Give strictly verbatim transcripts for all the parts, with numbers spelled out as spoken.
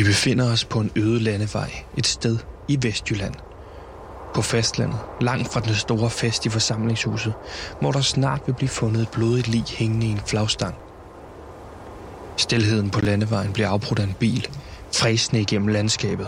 Vi befinder os på en øde landevej, et sted i Vestjylland. På fastlandet, langt fra den store fest i forsamlingshuset, hvor der snart vil blive fundet et blodigt lig hængende i en flagstang. Stilheden på landevejen bliver afbrudt af en bil, fræsende igennem landskabet.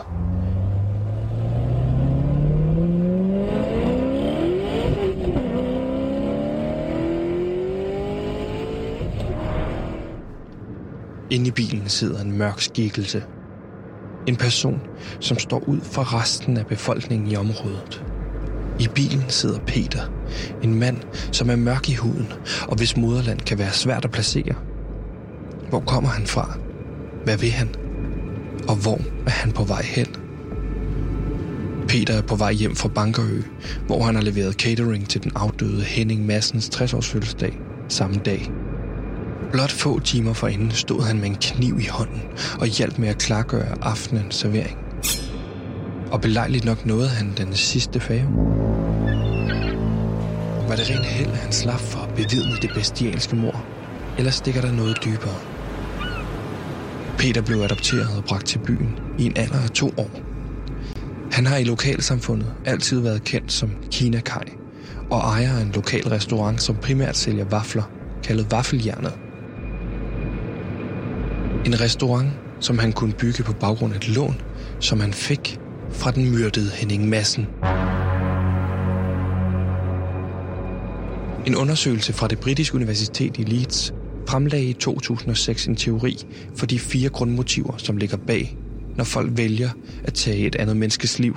Inde i bilen sidder en mørk skikkelse. En person, som står ud fra resten af befolkningen i området. I bilen sidder Peter, en mand, som er mørk i huden, og hvis moderland kan være svært at placere. Hvor kommer han fra? Hvad vil han? Og hvor er han på vej hen? Peter er på vej hjem fra Bankerø, hvor han har leveret catering til den afdøde Henning Madsens tres-års fødselsdag samme dag. Blot få timer forinden stod han med en kniv i hånden og hjalp med at klargøre aftenens servering. Og belejligt nok nåede han den sidste færge. Var det rent held, at han slap for at bevidne det bestialske mord? Eller stikker der noget dybere? Peter blev adopteret og bragt til byen i en alder af to år. Han har i lokalsamfundet altid været kendt som Kina Kai og ejer en lokal restaurant, som primært sælger vafler, kaldet Vaffeljernet. En restaurant, som han kunne bygge på baggrund af et lån, som han fik fra den myrdede Henning Madsen. En undersøgelse fra det britiske universitet i Leeds fremlagde i to tusind og seks en teori for de fire grundmotiver, som ligger bag, når folk vælger at tage et andet menneskes liv.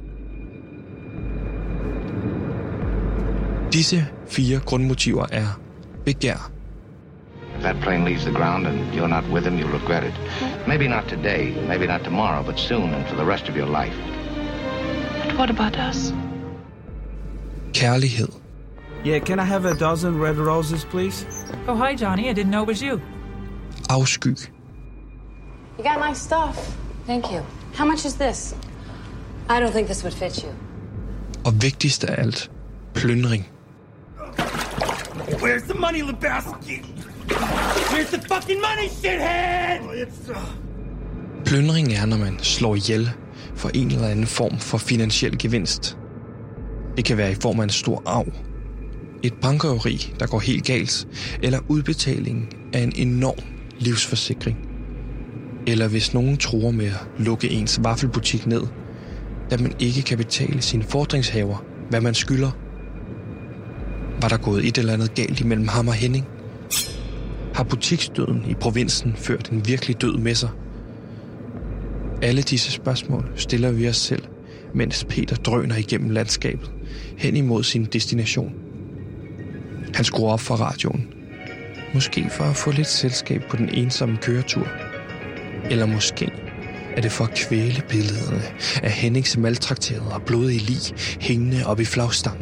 Disse fire grundmotiver er begær. If that plane leaves the ground and you're not with him, you'll regret it. Maybe not today, maybe not tomorrow, but soon and for the rest of your life. But what about us? Kærlighed. Yeah, can I have a dozen red roses, please? Oh, hi, Johnny. I didn't know it was you. Afsky. You got nice stuff. Thank you. How much is this? I don't think this would fit you. Og vigtigst af alt, plyndring. Where's the money, Lebowski? Where's the fucking money, shithead? It's, uh... Plyndring er, når man slår ihjel for en eller anden form for finansiel gevinst. Det kan være i form af en stor arv, et bankrøveri, der går helt galt, eller udbetaling af en enorm livsforsikring. Eller hvis nogen truer med at lukke ens vaffelbutik ned, da man ikke kan betale sine fordringshaver, hvad man skylder. Var der gået et eller andet galt imellem ham og Henning? Har butiksdøden i provinsen ført en virkelig død med sig? Alle disse spørgsmål stiller vi os selv, mens Peter drøner igennem landskabet hen imod sin destination. Han skruer op for radioen. Måske for at få lidt selskab på den ensomme køretur. Eller måske er det for at kvæle billederne af Hennings maltrakterede og blodige lig hængende op i flagstangen.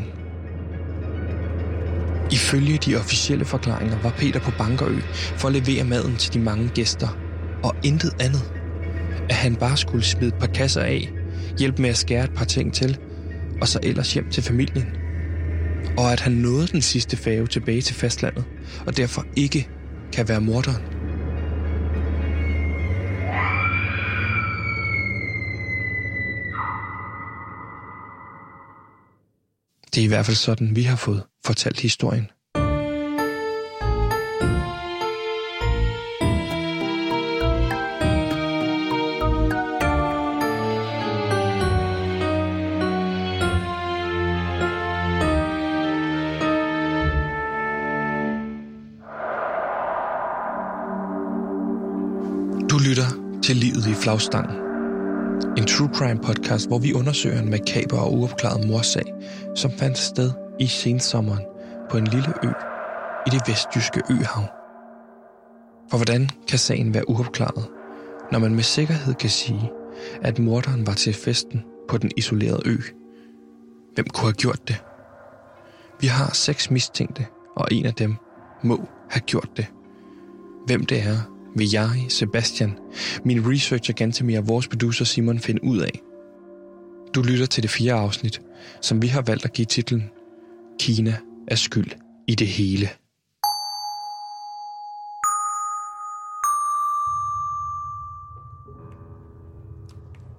Ifølge de officielle forklaringer var Peter på Bankerø for at levere maden til de mange gæster, og intet andet. At han bare skulle smide et par kasser af, hjælpe med at skære et par ting til, og så ellers hjem til familien. Og at han nåede den sidste færge tilbage til fastlandet, og derfor ikke kan være morderen. Det er i hvert fald sådan, vi har fået fortalt historien. Du lytter til Livet i Flagstangen. En true crime podcast, hvor vi undersøger en makaber og uopklaret mordsag, som fandt sted i sensommeren på en lille ø i det vestjyske øhav. For hvordan kan sagen være uopklaret, når man med sikkerhed kan sige, at morderen var til festen på den isolerede ø? Hvem kunne have gjort det? Vi har seks mistænkte, og en af dem må have gjort det. Hvem det er, vil jeg, Sebastian, min researcher Gantemir og vores producer Simon finde ud af. Du lytter til det fjerde afsnit, som vi har valgt at give titlen Kina er skyld i det hele.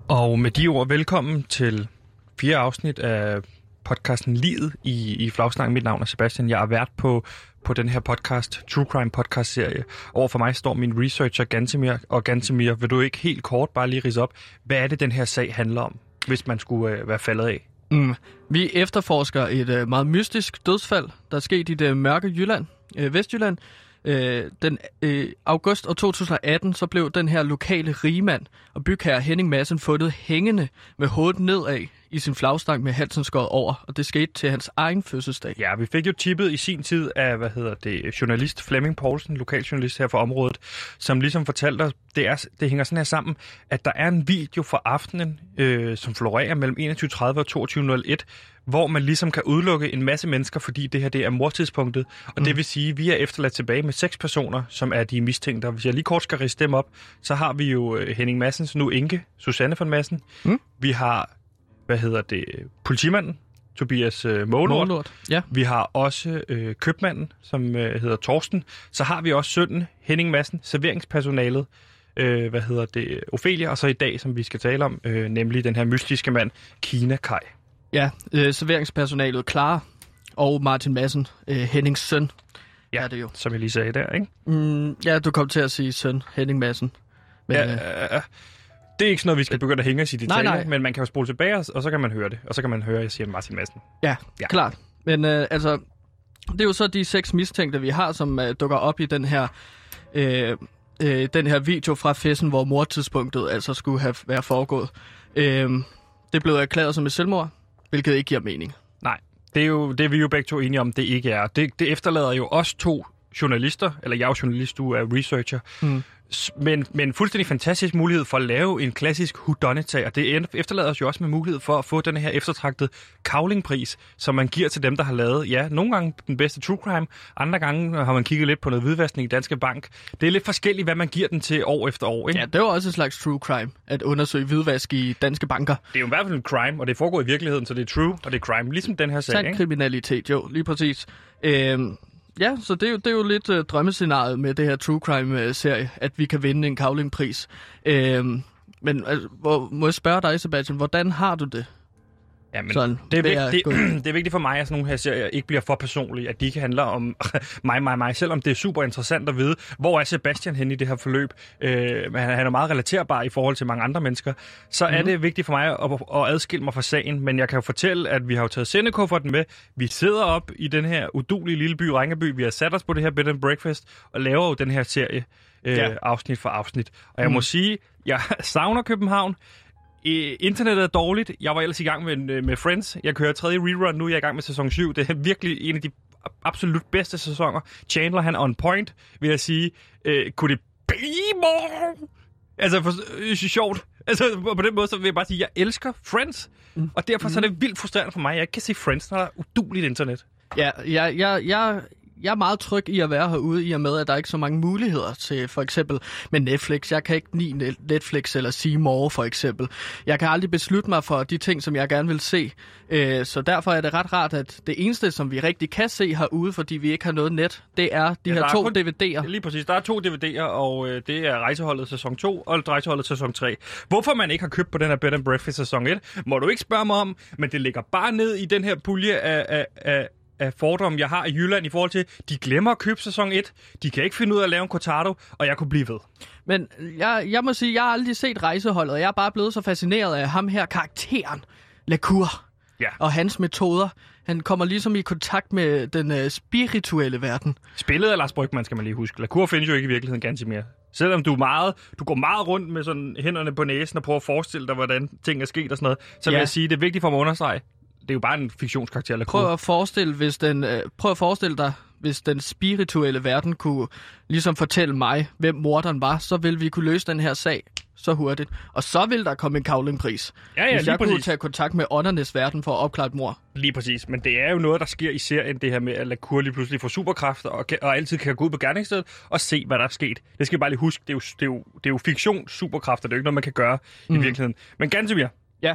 Og med de ord, velkommen til fire afsnit af podcasten Livet i, i Flagsnak. Mit navn er Sebastian. Jeg er vært på, på den her podcast, True Crime podcast-serie. Over for mig står min researcher Gantemir. Og Gantemir, vil du ikke helt kort bare lige ridse op, hvad er det, den her sag handler om, hvis man skulle øh, være faldet af? Mm. Vi efterforsker et øh, meget mystisk dødsfald, der er sket i det mørke Jylland, øh, Vestjylland. Øh, den øh, august år to tusind og atten, så blev den her lokale rigmand og bygherre Henning Madsen fundet hængende med hovedet nedad i sin flagstang med halsen skåret over, og det skete til hans egen fødselsdag. Ja, vi fik jo tippet i sin tid af, hvad hedder det, journalist Flemming Poulsen, lokaljournalist her fra området, som ligesom fortalte os, det, er, det hænger sådan her sammen, at der er en video fra aftenen, øh, som florerer mellem enogtyve tredive og toogtyve nul et, hvor man ligesom kan udelukke en masse mennesker, fordi det her det er mordtidspunktet. Og mm. det vil sige, at vi er efterladt tilbage med seks personer, som er de mistænkte. Hvis jeg lige kort skal riste dem op, så har vi jo Henning Madsens nu enke, Susanne von Madsen. Mm. Vi har, hvad hedder det, politimanden, Tobias øh, Målort. Ja. Vi har også øh, købmanden, som øh, hedder Torsten. Så har vi også sønnen, Henning Madsen, serveringspersonalet, øh, hvad hedder det, Ophelia. Og så i dag, som vi skal tale om, øh, nemlig den her mystiske mand, Kina Kai. Ja, øh, serveringspersonalet Clara og Martin Madsen, øh, Hennings søn, ja, er det jo. Som jeg lige sagde der, ikke? Mm, ja, du kom til at sige søn, Henning Madsen. Men, ja, øh, det er ikke sådan noget, vi skal begynde at hænge os i detaljer, nej, nej. Men man kan jo spole tilbage, og så kan man høre det. Og så kan man høre, at jeg siger Martin Madsen. Ja, ja. Klart. Men øh, altså, det er jo så de seks mistænkte, vi har, som øh, dukker op i den her... Øh, øh, den her video fra festen, hvor mordtidspunktet altså skulle have været foregået. Øh, det blev erklæret som et selvmord, hvilket ikke giver mening. Nej, det er jo det er vi jo begge to enige om, det ikke er. Det, det efterlader jo os to journalister, eller jeg er jo journalist, du er researcher, mm. men, men en fuldstændig fantastisk mulighed for at lave en klassisk whodunit-sag, og det efterlader os jo også med mulighed for at få den her eftertragtede Cowling-pris, som man giver til dem, der har lavet, ja, nogle gange den bedste true crime, andre gange har man kigget lidt på noget hvidvaskning i Danske Bank. Det er lidt forskelligt, hvad man giver den til år efter år, ikke? Ja, det er jo også et slags true crime, at undersøge hvidvask i danske banker. Det er jo i hvert fald en crime, og det foregår i virkeligheden, så det er true, og det er crime, ligesom den her sag, Sand ikke? kriminalitet, jo, lige præcis. Øhm, ja, så det er jo, det er jo lidt uh, drømmescenariet med det her true crime-serie, at vi kan vinde en Cowling-pris. Øhm, men altså, hvor, må jeg spørge dig, Sebastian, hvordan har du det? Ja, men Sådan, det, er vigtigt, det, det er vigtigt for mig, at sådan nogle her serier ikke bliver for personlige, at de ikke handler om mig, mig, mig, selvom det er super interessant at vide, hvor er Sebastian henne i det her forløb. Øh, han, han er meget relaterbar i forhold til mange andre mennesker. Så mm-hmm. er det vigtigt for mig at, at adskille mig fra sagen, men jeg kan jo fortælle, at vi har jo taget sendekufferten med. Vi sidder op i den her udulige lille by, Ringeby. Vi har sat os på det her bed and breakfast og laver jo den her serie øh, ja. afsnit for afsnit. Og jeg mm. må sige, jeg savner København. Internettet er dårligt. Jeg var ellers i gang med, med Friends. Jeg kører tredje rerun nu. Jeg er i gang med sæson syv. Det er virkelig en af de absolut bedste sæsoner. Chandler, han er on point, vil jeg sige. Øh, kunne det blive more? Altså, for, øh, sjovt. Altså, på den måde, så vil jeg bare sige, at jeg elsker Friends. Mm. Og derfor så er det vildt frustrerende for mig. Jeg ikke kan se Friends, når der er udueligt internet. Ja, jeg... jeg, jeg... Jeg er meget tryg i at være herude, i og med, at der er ikke så mange muligheder til for eksempel med Netflix. Jeg kan ikke lide Netflix eller C More for eksempel. Jeg kan aldrig beslutte mig for de ting, som jeg gerne vil se. Så derfor er det ret rart, at det eneste, som vi rigtig kan se herude, fordi vi ikke har noget net, det er de ja, her to kun, D V D'er. Lige præcis. Der er to D V D'er, og øh, det er Rejseholdet sæson to og Rejseholdet sæson tre. Hvorfor man ikke har købt på den her Bed and Breakfast sæson et, må du ikke spørge mig om, men det ligger bare ned i den her pulje af... af, af af fordomme, jeg har i Jylland i forhold til, de glemmer at købe sæson et, de kan ikke finde ud af at lave en cortado, og jeg kunne blive ved. Men jeg, jeg må sige, jeg har aldrig set Rejseholdet, og jeg er bare blevet så fascineret af ham her, karakteren, Lacour, ja. Og hans metoder. Han kommer ligesom i kontakt med den uh, spirituelle verden. Spillet af Lars Brygmann, skal man lige huske. Lacour findes jo ikke i virkeligheden ganske mere. Selvom du er meget, du går meget rundt med sådan hænderne på næsen og prøver at forestille dig, hvordan ting er sket og sådan noget, så ja. vil jeg sige, det er vigtigt for mig at understrege. Det er jo bare en fiktionskarakter, Lacour. Prøv at forestille, hvis den, øh, prøv at forestille dig, hvis den spirituelle verden kunne ligesom fortælle mig, hvem morderen var, så ville vi kunne løse den her sag så hurtigt. Og så vil der komme en Cowling-pris. Ja, ja, hvis jeg præcis. kunne tage kontakt med åndernes verden for at opklare et mord. Lige præcis. Men det er jo noget, der sker i serien, det her med, at Lacour lige pludselig får superkræfter og, og altid kan gå ud på gerningsstedet og se, hvad der er sket. Det skal vi bare lige huske. Det er jo, det er jo, det er jo fiktion, superkræfter. Det er jo ikke noget, man kan gøre mm. i virkeligheden. Men Gantemir. Ja.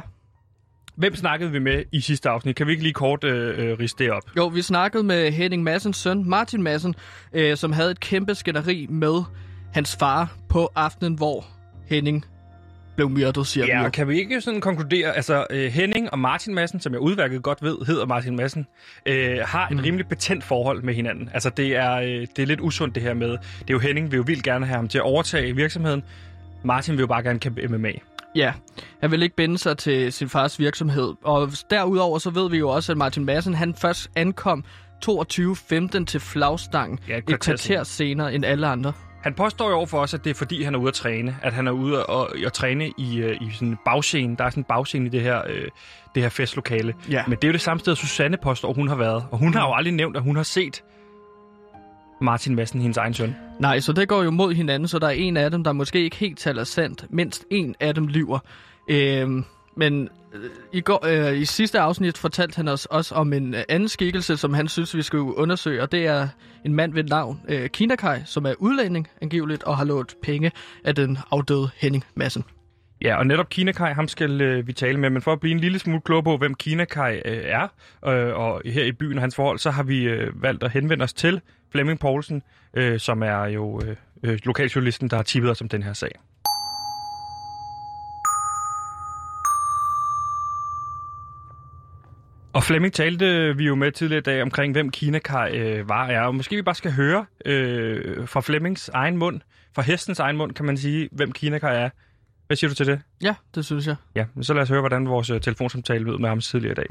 Hvem snakkede vi med i sidste afsnit? Kan vi ikke lige kort øh, øh, riste det op? Jo, vi snakkede med Henning Madsens søn, Martin Madsen, øh, som havde et kæmpe skænderi med hans far på aftenen, hvor Henning blev myrdet, siger Ja, vi jo. og kan vi ikke sådan konkludere, altså øh, Henning og Martin Madsen, som jeg udværket godt ved, hedder Martin Madsen, øh, har et mm. rimelig betændt forhold med hinanden. Altså det er, øh, det er lidt usundt det her med, det er jo Henning, vil jo vildt gerne have ham til at overtage virksomheden. Martin vil jo bare gerne kæmpe M M A. Ja, han vil ikke binde sig til sin fars virksomhed. Og derudover så ved vi jo også, at Martin Madsen, han først ankom toogtyve femten til flagstangen ja, et, et kvarter senere end alle andre. Han påstår jo over for os, at det er fordi, han er ude at træne. At han er ude og, og træne i, i sådan en bagscene. Der er sådan en bagscene i det her, øh, det her festlokale. Ja. Men det er jo det samme sted, Susanne påstår, hun har været. Og hun har jo aldrig nævnt, at hun har set Martin Madsen, hendes egen søn. Nej, så det går jo mod hinanden, så der er en af dem, der måske ikke helt taler sandt. Mindst en af dem lyver. Øhm, men øh, i, går, øh, i sidste afsnit fortalte han os også om en øh, anden skikkelse, som han synes, vi skal undersøge. Og det er en mand ved navn øh, Kinakai, som er udlænding angiveligt og har lånt penge af den afdøde Henning Madsen. Ja, og netop Kinakai, ham skal øh, vi tale med. Men for at blive en lille smule klogere på, hvem Kinakai øh, er, øh, og her i byen og hans forhold, så har vi øh, valgt at henvende os til Flemming Poulsen, øh, som er jo øh, øh, lokaljournalisten, der har tippet os om den her sag. Og Flemming talte vi jo med tidligere i dag omkring, hvem Kinakai øh, var er. Og måske vi bare skal høre øh, fra Flemmings egen mund, fra hestens egen mund, kan man sige, hvem Kinakai er. Hvad siger du til det? Ja, det synes jeg. Ja, så lad os høre, hvordan vores uh, telefonsamtale lød med ham tidligere i dag.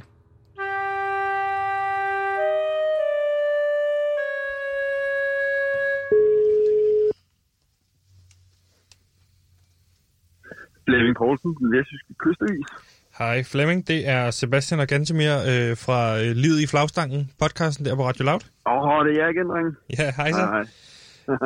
Flemming Poulsen, den læsøske kystevis. Hej Flemming, det er Sebastian og Gantemir øh, fra øh, Livet i Flagstangen, podcasten der på Radio Loud. Åh, oh, det er jeg igen, dreng. Ja, hej så. Hej. Hej.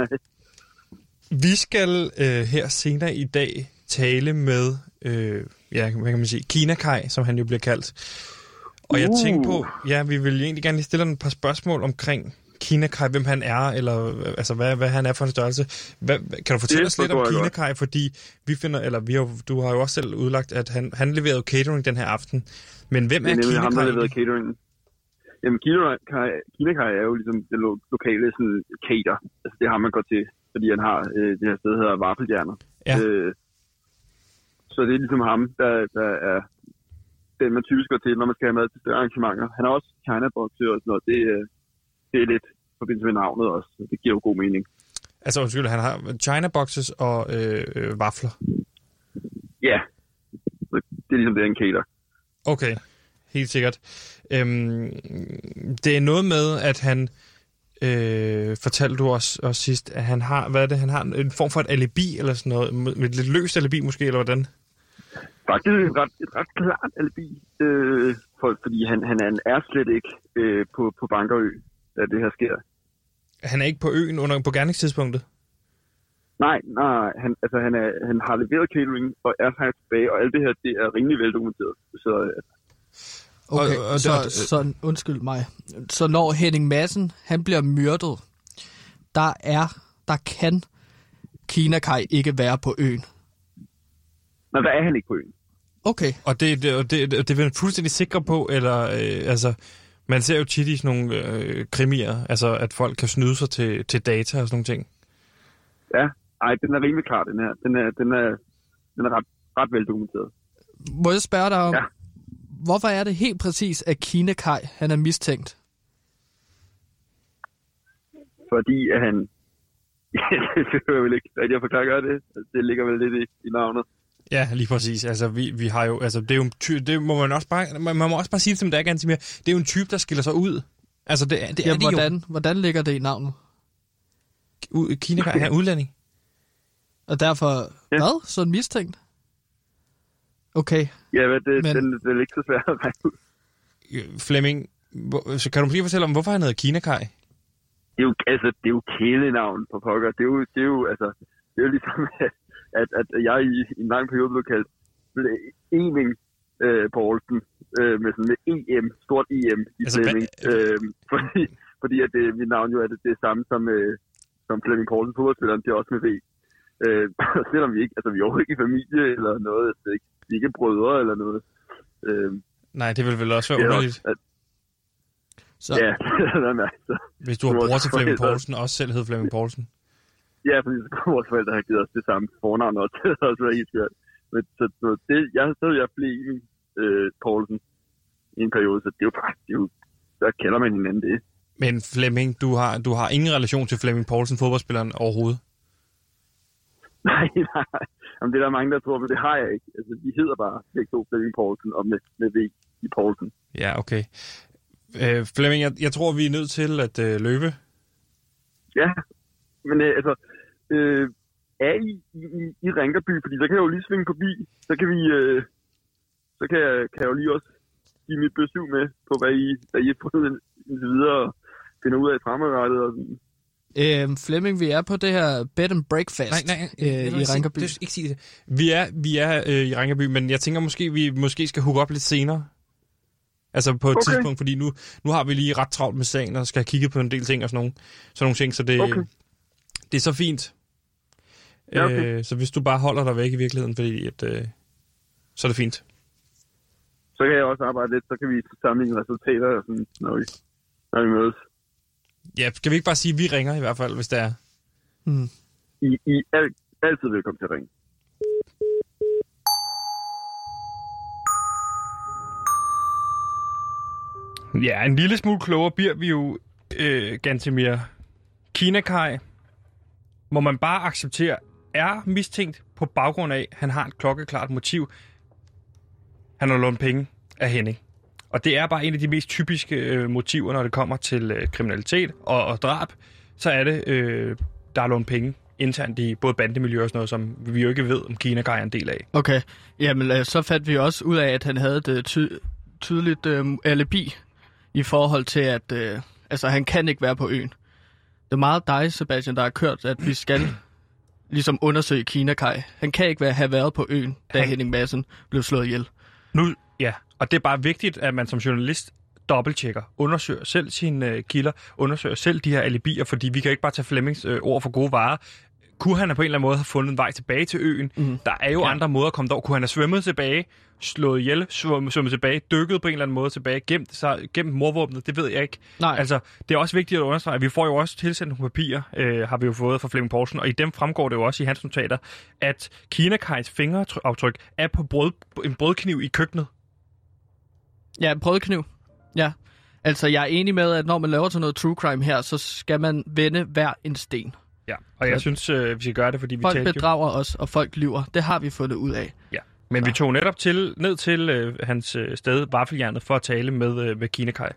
Vi skal øh, her senere i dag tale med, øh, ja, hvad kan man sige, Kinakai, som han jo bliver kaldt. Og jeg uh. tænkte på, ja, vi vil egentlig gerne lige stille et par spørgsmål omkring Kinakai, hvem han er, eller altså hvad, hvad han er for en størrelse. Hvad, kan du fortælle os lidt om Kinakai, fordi vi finder, eller vi har, du har jo også selv udlagt, at han, han leverede catering den her aften. Men hvem er, er Kinakai? Ham, der leverede catering. Jamen, Kinakai, Kinakai er jo ligesom det lo- lokale sådan, cater. Altså, det har man godt til, fordi han har øh, det her sted, der hedder Vaffelhjerner. Ja. Øh, så det er ligesom ham, der, der er den, man typisk går til, når man skal have mad til større arrangementer. Han har også China-boxer og sådan noget. Det, øh, det er lidt i forbindelse med navnet også. Det giver jo god mening. Altså, undskyld, han har China-boxes og øh, øh, vafler? Ja. Det er ligesom det, han cater. Okay, helt sikkert. Øhm, det er noget med, at han øh, fortalte du også, også sidst, at han har, hvad er det, han har en form for et alibi eller sådan noget, med et lidt løst alibi måske, eller hvordan? Faktisk et ret, et ret klart alibi, øh, for, fordi han, han er slet ikke øh, på, på Bankerø, da det her sker. Han er ikke på øen under, på gerningstidspunktet? Nej, nej, han, altså, han, er, han har leveret catering og er her tilbage, og alt det her, det er rimelig veldokumenteret. Så, okay, og, og så, der, så undskyld mig. Så når Henning Madsen, han bliver myrdet, der er, der kan Kinakai ikke være på øen. Nej, der er han ikke på øen. Okay. Og det, det, det, det, det er vi fuldstændig sikre på, eller øh, altså, man ser jo tit i sådan nogle øh, krimier, altså at folk kan snyde sig til, til data og sådan nogle ting. Ja, ej, den er rimelig klar, den her. Den er, den er, den er ret, ret veldokumenteret. Må jeg spørge dig om, ja. Hvorfor er det helt præcis, at Kinakai, han er mistænkt? Fordi at han... det hører vel ikke rigtig at forklare det. Det ligger vel lidt i, i navnet. Ja, lige præcis. Altså, vi, vi har jo... Altså, det er jo ty- det må man også bare... Man, man må også bare sige det, som det er, ganske mere. Det er jo en type, der skiller sig ud. Altså, det, det ja, er det hvordan, jo. Hvordan ligger det i navnet? U- Kinakai er udlænding. Og derfor... Ja. Hvad? Så en mistænkt? Okay. Ja, men det, men... Den, det er ikke så svært at regne ud. Flemming, så kan du måske fortælle om, hvorfor han hedder Kinakai? Det er jo, altså, det er jo kælenavn på pokker. Det er jo, det er jo, altså, det er jo ligesom, at, at, at jeg i, i en lang periode blev kaldt Eming øh, Poulsen, øh, med sådan med E M, stort E M i altså, Flemming. Øh, fordi, fordi at det, mit navn jo er det, det er samme som, øh, som Flemming Poulsen, fodboldspilleren, det er også med V. Øh, selvom vi ikke, altså vi er jo ikke i familie eller noget, altså, vi er ikke brødre eller noget. Øh, Nej, det vil vel også være underligt. At, Så. Ja, nej, så. Hvis du har bror til Flemming Poulsen, også selv hed Flemming Poulsen. Ja, fordi så kommer vores forældre har givet os det samme fornavn også. Det har også været helt skørt. Men, så, så det, jeg havde jeg Flemming øh, Poulsen i en periode, så det er jo bare, det er jo, der kender man hinanden det. Men Flemming, du har, du har ingen relation til Flemming Poulsen, fodboldspilleren, overhovedet? Nej, nej. Jamen, det er der mange, der tror, men det har jeg ikke. Altså, vi hedder bare begge to Flemming Poulsen og med, med V i Poulsen. Ja, okay. Øh, Flemming, jeg, jeg tror, vi er nødt til at øh, løbe. Ja, men øh, altså, øh, er I, i, i Ringerby? Fordi så kan jeg jo lige svinge forbi. Så kan vi, øh, så kan jeg, kan jeg jo lige også give mit besøg med på, hvad I, hvad I har fundet videre og finder ud af fremadrettet og sådan. Øhm, Flemming, vi er på det her bed and breakfast nej, nej, øh, i Ringerby. Det, ikke sige det. Vi er, vi er øh, i Ringerby, men jeg tænker måske, vi måske skal hooke op lidt senere. Altså på et okay. tidspunkt, fordi nu, nu har vi lige ret travlt med sagen, og skal have kigget på en del ting og sådan nogle, sådan nogle ting, så det, okay. det er så fint. Ja, okay. øh, så hvis du bare holder dig væk i virkeligheden, fordi at, øh, så er det fint. Så kan jeg også arbejde lidt, så kan vi sammenligne resultater, og sådan, når, vi, når vi mødes. Ja, skal vi ikke bare sige, at vi ringer i hvert fald, hvis det er? Hmm. I, I er altid velkommen til at ringe. Ja, en lille smule klogere bliver vi jo, øh, Gantemir. Kina-Kai, må man bare acceptere, er mistænkt på baggrund af, at han har et klokkeklart motiv. Han har lånt penge af Henning. Og det er bare en af de mest typiske øh, motiver, når det kommer til øh, kriminalitet og, og drab. Så er det, øh, der er lånt penge internt i både bandemiljø og sådan noget, som vi jo ikke ved, om Kina-Kai er en del af. Okay, jamen øh, så fandt vi også ud af, at han havde et ty- tydeligt øh, alibi i forhold til, at øh, altså, han kan ikke være på øen. Det er meget dig, Sebastian, der har kørt, at vi skal ligesom undersøge Kina-Kai. Han kan ikke være, have været på øen, da han... Henning Madsen blev slået ihjel. Nu, ja, og det er bare vigtigt, at man som journalist dobbelttjekker, undersøger selv sine øh, kilder, undersøger selv de her alibier, fordi vi kan ikke bare tage Flemmings øh, ord for gode varer. Kunne han på en eller anden måde have fundet en vej tilbage til øen? Mm. Der er jo ja. andre måder at komme derover. Kunne han have svømmet tilbage, slået ihjel, svømmet, svømmet tilbage, dykket på en eller anden måde tilbage, gemt sig, gemt morvåbnet, det ved jeg ikke. Nej. Altså, det er også vigtigt at understrege, at vi får jo også tilsendt nogle papirer, øh, har vi jo fået fra Flemming Poulsen, og i dem fremgår det jo også i hans notater, at Kina-Kais fingeraftryk er på brød, en brødkniv i køkkenet. Ja, en brødkniv. Ja. Altså, jeg er enig med, at når man laver sådan noget true crime her, så skal man vende hver en sten. Ja, og jeg synes, øh, vi skal gøre det, fordi vi folk talte bedrager jo. os, og folk lyver. Det har vi fundet ud af. Ja, men så. Vi tog netop til, ned til øh, hans øh, sted, Vaffeljernet, for at tale med, øh, med Kina-Kai.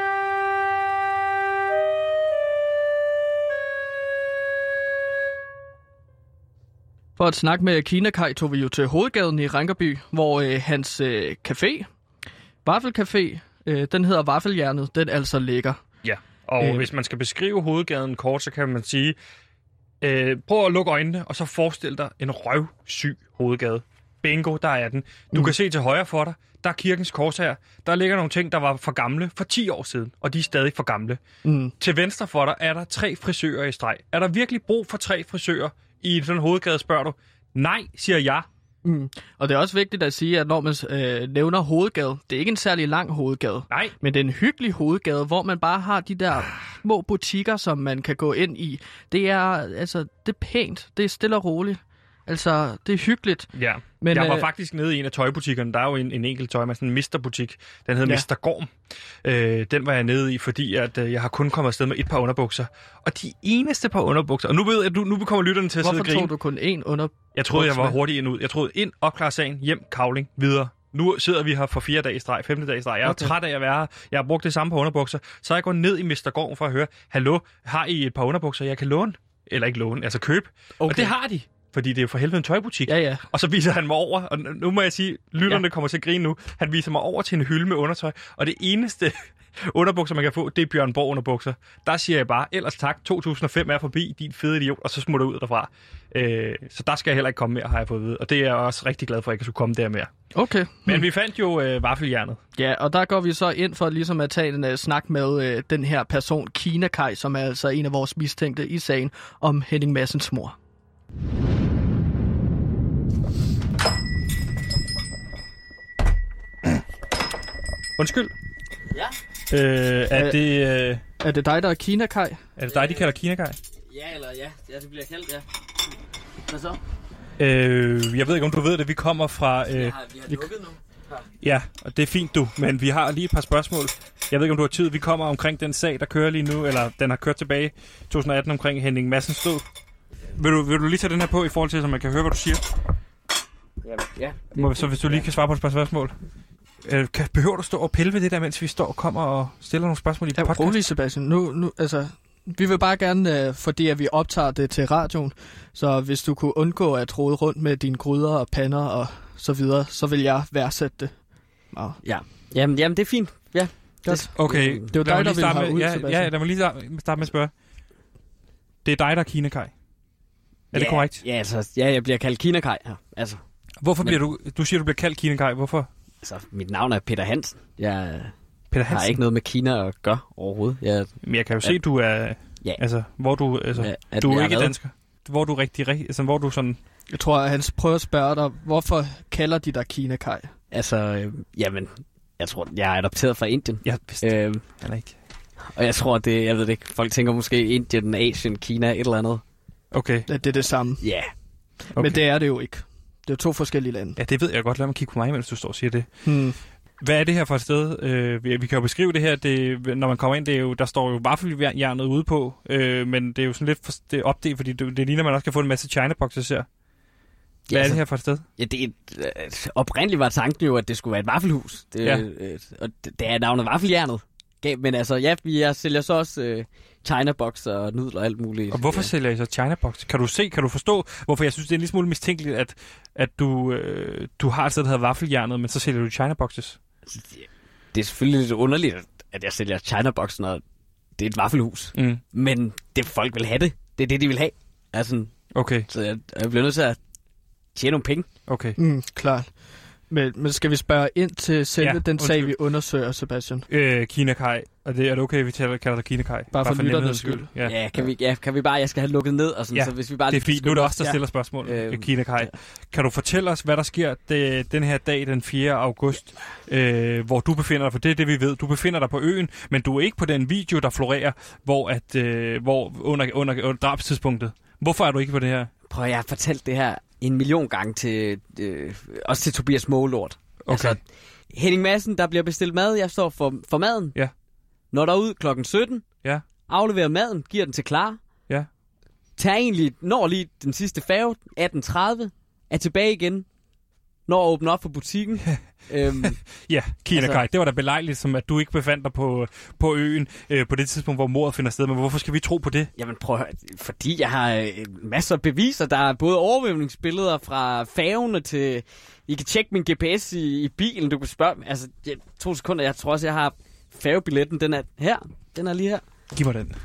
For at snakke med Kina-Kai tog vi jo til Hovedgaden i Ringerby, hvor øh, hans øh, café, Vaffelcafé, øh, den hedder Vaffeljernet, den altså ligger. Ja, og øh, hvis man skal beskrive Hovedgaden kort, så kan man sige... Øh, prøv at lukke øjnene, og så forestil dig en røvsyg Hovedgade. Bingo, der er den. Du mm. kan se til højre for dig, der er Kirkens Kors her. Der ligger nogle ting, der var for gamle for ti år siden, og de er stadig for gamle. Mm. Til venstre for dig er der tre frisører i streg. Er der virkelig brug for tre frisører i sådan en Hovedgade, spørger du? Nej, siger jeg. Mm. Og det er også vigtigt at sige, at når man øh, nævner Hovedgade, det er ikke en særlig lang hovedgade. Nej. Men det er en hyggelig hovedgade, hvor man bare har de der små butikker, som man kan gå ind i. Det er altså det er pænt, det er stille og roligt. Altså, det er hyggeligt. Ja, men, jeg var øh, faktisk nede i en af tøjbutikkerne. Der er jo en, en enkelt tøj med sådan en mister-butik. Den hedder ja. mister Gorm. Øh, den var jeg nede i, fordi at, øh, jeg har kun kommet afsted med et par underbukser. Og de eneste par underbukser... Og nu ved jeg, du, nu kommer lytterne til at sidde og grine. Hvorfor tog du kun én underbukser? Jeg troede, jeg var hurtig ind ud. Jeg troede ind, opklare sagen, hjem, kavling, videre. Nu sidder vi her for fire dage i streg, femte dag i streg. Jeg er okay. træt af at være her. Jeg har brugt det samme par underbukser. Så jeg går ned i mister Gorm for at høre, hallo, har I et par underbukser, jeg kan låne? Eller ikke låne, altså købe. Okay. Og det har de. Fordi det er jo for helvede en tøjbutik. Ja, ja. Og så viser han mig over, og nu må jeg sige, lytterne ja. kommer til at grine nu. Han viser mig over til en hylde med undertøj, og det eneste underbukser, man kan få, det er Bjørn Borg underbukser. Der siger jeg bare, ellers tak, to tusind og fem er forbi, din fede idiot, og så smutter ud derfra. Øh, så der skal jeg heller ikke komme mere, har jeg fået at vide. Og det er jeg også rigtig glad for, at jeg kan skulle komme der mere. Okay. Men hmm. vi fandt jo øh, Vaffeljernet. Ja, og der går vi så ind for ligesom at tage en uh, snak med øh, den her person, Kina-Kai, som er altså en af vores mistænkte i sagen om Henning Madsens mor. Undskyld. Ja. Øh, er, er, det, øh, er det dig, der er Kina-Kai? Er det dig, de kalder Kina-Kai? Ja, eller ja. Ja, det bliver kaldt, ja. Hvad så? Øh, jeg ved ikke, om du ved det. Vi kommer fra... Øh, vi har, vi har lukket nu. Ja, og det er fint du, men vi har lige et par spørgsmål. Jeg ved ikke, om du har tid. Vi kommer omkring den sag, der kører lige nu, eller den har kørt tilbage i to tusind atten omkring Henning Madsens død. Vil du, vil du lige tage den her på i forhold til, så man kan høre, hvad du siger? Jamen, ja. Må, så hvis du lige kan svare på et par spørgsmål. Øh, kan, behøver du stå og pille ved det der, mens vi står og kommer og stiller nogle spørgsmål i ja, podcast? Rolig, Sebastian. Nu, nu, altså, vi vil bare gerne, øh, fordi at vi optager det til radioen, så hvis du kunne undgå at rode rundt med dine gryder og pander og så videre, så vil jeg værdsætte det. Oh. Ja, jamen, jamen det er fint. Ja, godt. Okay, det var dig, der ville have ud, ja, Sebastian. ja, lad mig lige starte med at spørge. Det er dig, der er Kina-Kaj. Er ja, det korrekt? Ja, altså, ja, jeg bliver kaldt Kina-Kaj her. Altså, Hvorfor men, bliver du... Du siger, du bliver kaldt Kina-Kaj. Hvorfor? Altså, mit navn er Peter Hansen. Jeg Peter Hansen? har ikke noget med Kina at gøre overhovedet. Jeg, Men jeg kan jo se, at du er... Ja. Altså, hvor du... Altså, ja, at du er jeg ikke er dansker. Hvor du er rigtig... rigtig altså, hvor du sådan... Jeg tror, at han prøver at spørge dig, hvorfor kalder de dig Kina-Kaj? Altså, øh, jamen... Jeg tror, jeg er adopteret fra Indien. Ja, øhm, han er ikke. Og jeg tror, det... Jeg ved det ikke. Folk tænker måske Indien, Asien, Kina, et eller andet. Okay. Ja, det er det samme. Ja. Yeah. Okay. Men det er det jo ikke. Det er to forskellige lande. Ja, det ved jeg godt. Lad mig kigge på mig, mens du står og siger det. Hmm. Hvad er det her for et sted? Øh, vi, vi kan jo beskrive det her. Det, når man kommer ind, det er jo, der står jo vaffeljernet ude på. Øh, men det er jo sådan lidt for, det er opdelt, fordi det, det ligner, man også kan få en masse China-boxes her. Hvad ja, altså, er det her for et sted? Ja, det er, oprindeligt var tanken jo, at det skulle være et vaffelhus. Det, ja. øh, og det, det er navnet vaffeljernet. Men altså, ja, vi sælger så også øh, China-box og nudler og alt muligt. Og hvorfor ja. sælger I så China-box? Kan du se, kan du forstå, hvorfor jeg synes, det er en lille smule mistænkeligt, at, at du, øh, du har et sted, der hedder vaffeljernet, men så sælger du China-boxes? Det er selvfølgelig lidt underligt, at jeg sælger China-box, når det er et vaffelhus. Mm. Men det folk vil have det. Det er det, de vil have. Altså, okay. Så jeg, jeg bliver nødt til at tjene nogle penge. Okay. Mm, klart. Men, men skal vi spørge ind til selve ja, den undskyld. sag, vi undersøger, Sebastian? Øh, Kina-Kaj. Og det, er det okay, vi taler, kalder dig Kina-Kaj? Bare, bare for, for lytternes skyld. Ja. Ja, kan vi, ja, kan vi bare... Jeg skal have lukket ned, og sådan, ja, så hvis vi bare... det er fint. Nu er det også der ja. stiller spørgsmål, øh, Kina-Kaj. Ja. Kan du fortælle os, hvad der sker det, den her dag, den fjerde august, øh, hvor du befinder dig? For det er det, vi ved. Du befinder dig på øen, men du er ikke på den video, der florerer, hvor, at, øh, hvor under, under, under drabstidspunktet. Hvorfor er du ikke på det her? Prøv, jeg har fortalt det her en million gange til... Øh, også til Tobias Målort. Okay. Altså, Henning Madsen, der bliver bestilt mad. Jeg står for, for maden. Ja. Når der er ud klokken sytten. Ja. Afleverer maden, giver den til Clara. Ja. Tager egentlig, når lige den sidste færge, atten tredive. Er tilbage igen. Når at åbne op for butikken. øhm, ja, Kina-Kaj, altså, det var da belejligt, som at du ikke befandt dig på, på øen øh, på det tidspunkt, hvor mordet finder sted. Men hvorfor skal vi tro på det? Jamen prøv at høre, fordi jeg har øh, masser af beviser. Der er både overvågningsbilleder fra færgene til... I kan tjekke min G P S i, i bilen, du kan spørge... Altså, ja, to sekunder, jeg tror også, jeg har færgebilletten. Den er her. Den er lige her. Giv mig den.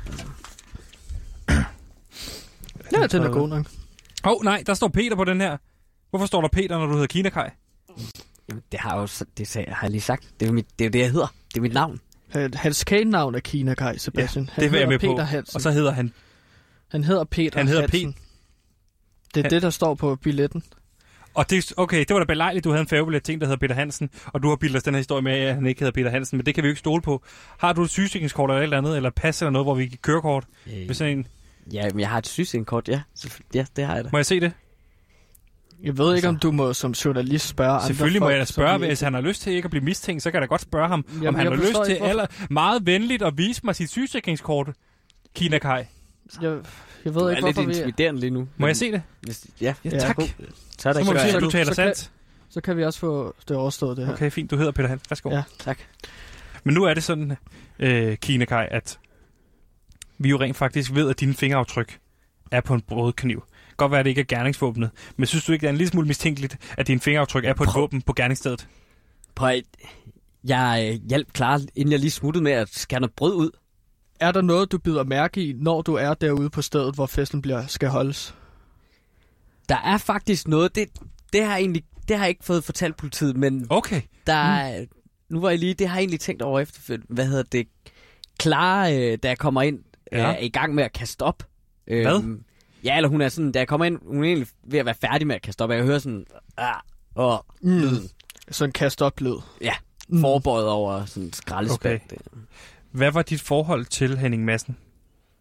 Ja, den er god nok. Åh, oh, nej, der står Peter på den her. Hvorfor står der Peter, når du hedder Kina-Kaj? Jamen, det har, jo, det har jeg lige sagt. Det er, mit, det er jo det, jeg hedder. Det er mit navn. Hans kælenavn er Kina-Kaj, Sebastian. Ja, det vil jeg med Peter på. Hansen. Og så hedder han... Han hedder Peter Han hedder Hansen. Pete. Det er han... det, der står på billetten. Og det, okay, det var da belejligt, du havde en færgebillet ting, der hedder Peter Hansen, og du har bildet os den her historie med, at han ikke hedder Peter Hansen, men det kan vi jo ikke stole på. Har du et sygesikringskort eller et eller andet, eller pas eller noget, hvor vi kan kørekort? Øh, med sådan en... Ja, men jeg har et sygesikringskort, ja. Ja, det har jeg da. Må jeg se det? Jeg ved ikke, altså, om du må som journalist spørge andre folk. Selvfølgelig må jeg da spørge, hvis han har lyst til ikke at blive mistænkt, så kan jeg da godt spørge ham, jamen, om han har lyst til ikke, aller, meget venligt at vise mig sit sygesikringskort, Kina-Kaj. Jeg, jeg ved du ikke, er hvorfor lidt vi... intimiderende lige nu. Må jeg se det? Hvis, ja. Ja, tak. Ja, så, er der så må vi se, at du taler så sandt. Kan, så kan vi også få det overstået, det her. Okay, fint. Du hedder Peter Hansen. Værsgo. Ja, tak. Men nu er det sådan, øh, Kina-Kaj, at vi jo rent faktisk ved, at dine fingeraftryk er på en brødkniv. Godt være, at det ikke er gerningsvåbnet, men synes du ikke, det er en lille smule mistænkeligt, at dine fingeraftryk er på et Prøv. våben på gerningsstedet? Prøv, jeg øh, hjalp klar, inden jeg lige smuttede med at skære noget brød ud. Er der noget, du bider mærke i, når du er derude på stedet, hvor festen bliver, skal holdes? Der er faktisk noget, det, det, har jeg egentlig, det har jeg ikke fået fortalt politiet, men okay. der, mm. nu var jeg lige, det har jeg egentlig tænkt over efter, hvad hedder det, Clara, øh, da jeg kommer ind, ja. er i gang med at kaste op. Hvad? Øhm, ja, eller hun er sådan, da jeg kommer ind, hun er egentlig ved at være færdig med at kaste op, og jeg hører sådan, ah, åh, mm. lyden. Sådan en kast-op-lyd. Ja, forbøjet mm. over sådan en skraldespand. Okay. Hvad var dit forhold til Henning Madsen?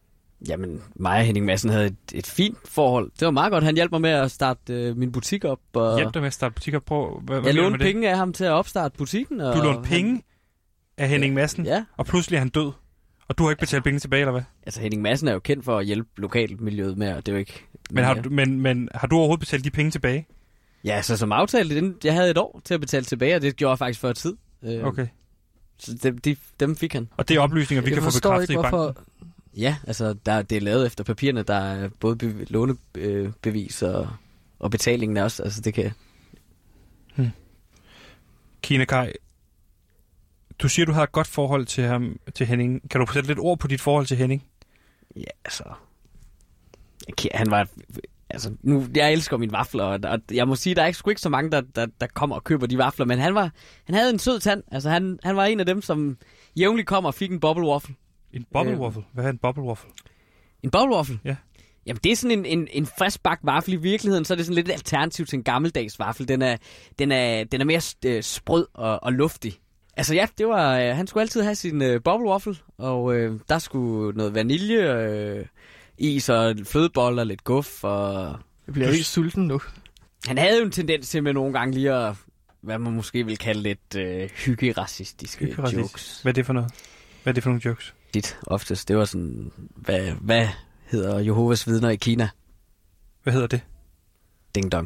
Jamen, mig og Henning Madsen havde et, et fint forhold. Det var meget godt. Han hjalp mig med at starte øh, min butik op. Og Hjælp dig med at starte butik op? Prøv, hvad, hvad jeg lånte penge af ham til at opstarte butikken. Og du lånte penge han... af Henning Madsen? Ja. Og pludselig er han død? Og du har ikke betalt altså, penge tilbage, eller hvad? Altså, Henning Madsen er jo kendt for at hjælpe lokalmiljøet med, og det er jo ikke... Men har, du, men, men har du overhovedet betalt de penge tilbage? Ja, så som aftalt, jeg havde et år til at betale tilbage, og det gjorde jeg faktisk før tid. Okay. Så dem, de, dem fik han. Og det er oplysninger, vi jeg kan få bekræftet ikke, i banken? Hvorfor... Ja, altså der, det er lavet efter papirerne, der er både be, lånebevis og, og betalingen også. Altså det kan... Hmm. Kine Kaj, du siger, du har et godt forhold til ham, til Henning. Kan du sætte lidt ord på dit forhold til Henning? Ja, altså... Han var... Altså, nu, jeg elsker mine vafler, og, og jeg må sige, der er ikke, sgu ikke så mange, der, der, der kommer og køber de vafler, men han var, han havde en sød tand. Altså, han, han var en af dem, som jævnligt kom og fik en bubble waffle. En bubble waffle? Øh, Hvad er en bubble waffle? En bubble waffle? Ja. Jamen, det er sådan en, en, en friskbagt vaffel. I virkeligheden, så er det sådan lidt et alternativ til en gammeldags vaffel. Den er, den er, den er mere øh, sprød og, og luftig. Altså ja, det var, øh, han skulle altid have sin øh, bubble waffle, og øh, der skulle noget vanilje, øh, is og flødeboller, lidt guf, og... Jeg bliver helt sulten nu. Han havde jo en tendens til med nogle gange lige at, hvad man måske vil kalde lidt øh, hygge-racistiske Hygge-racist. jokes. Hvad er det for noget? Hvad er det for nogle jokes? Dit oftest, det var sådan, hvad, hvad hedder Jehovas vidner i Kina? Hvad hedder det? Ding dong.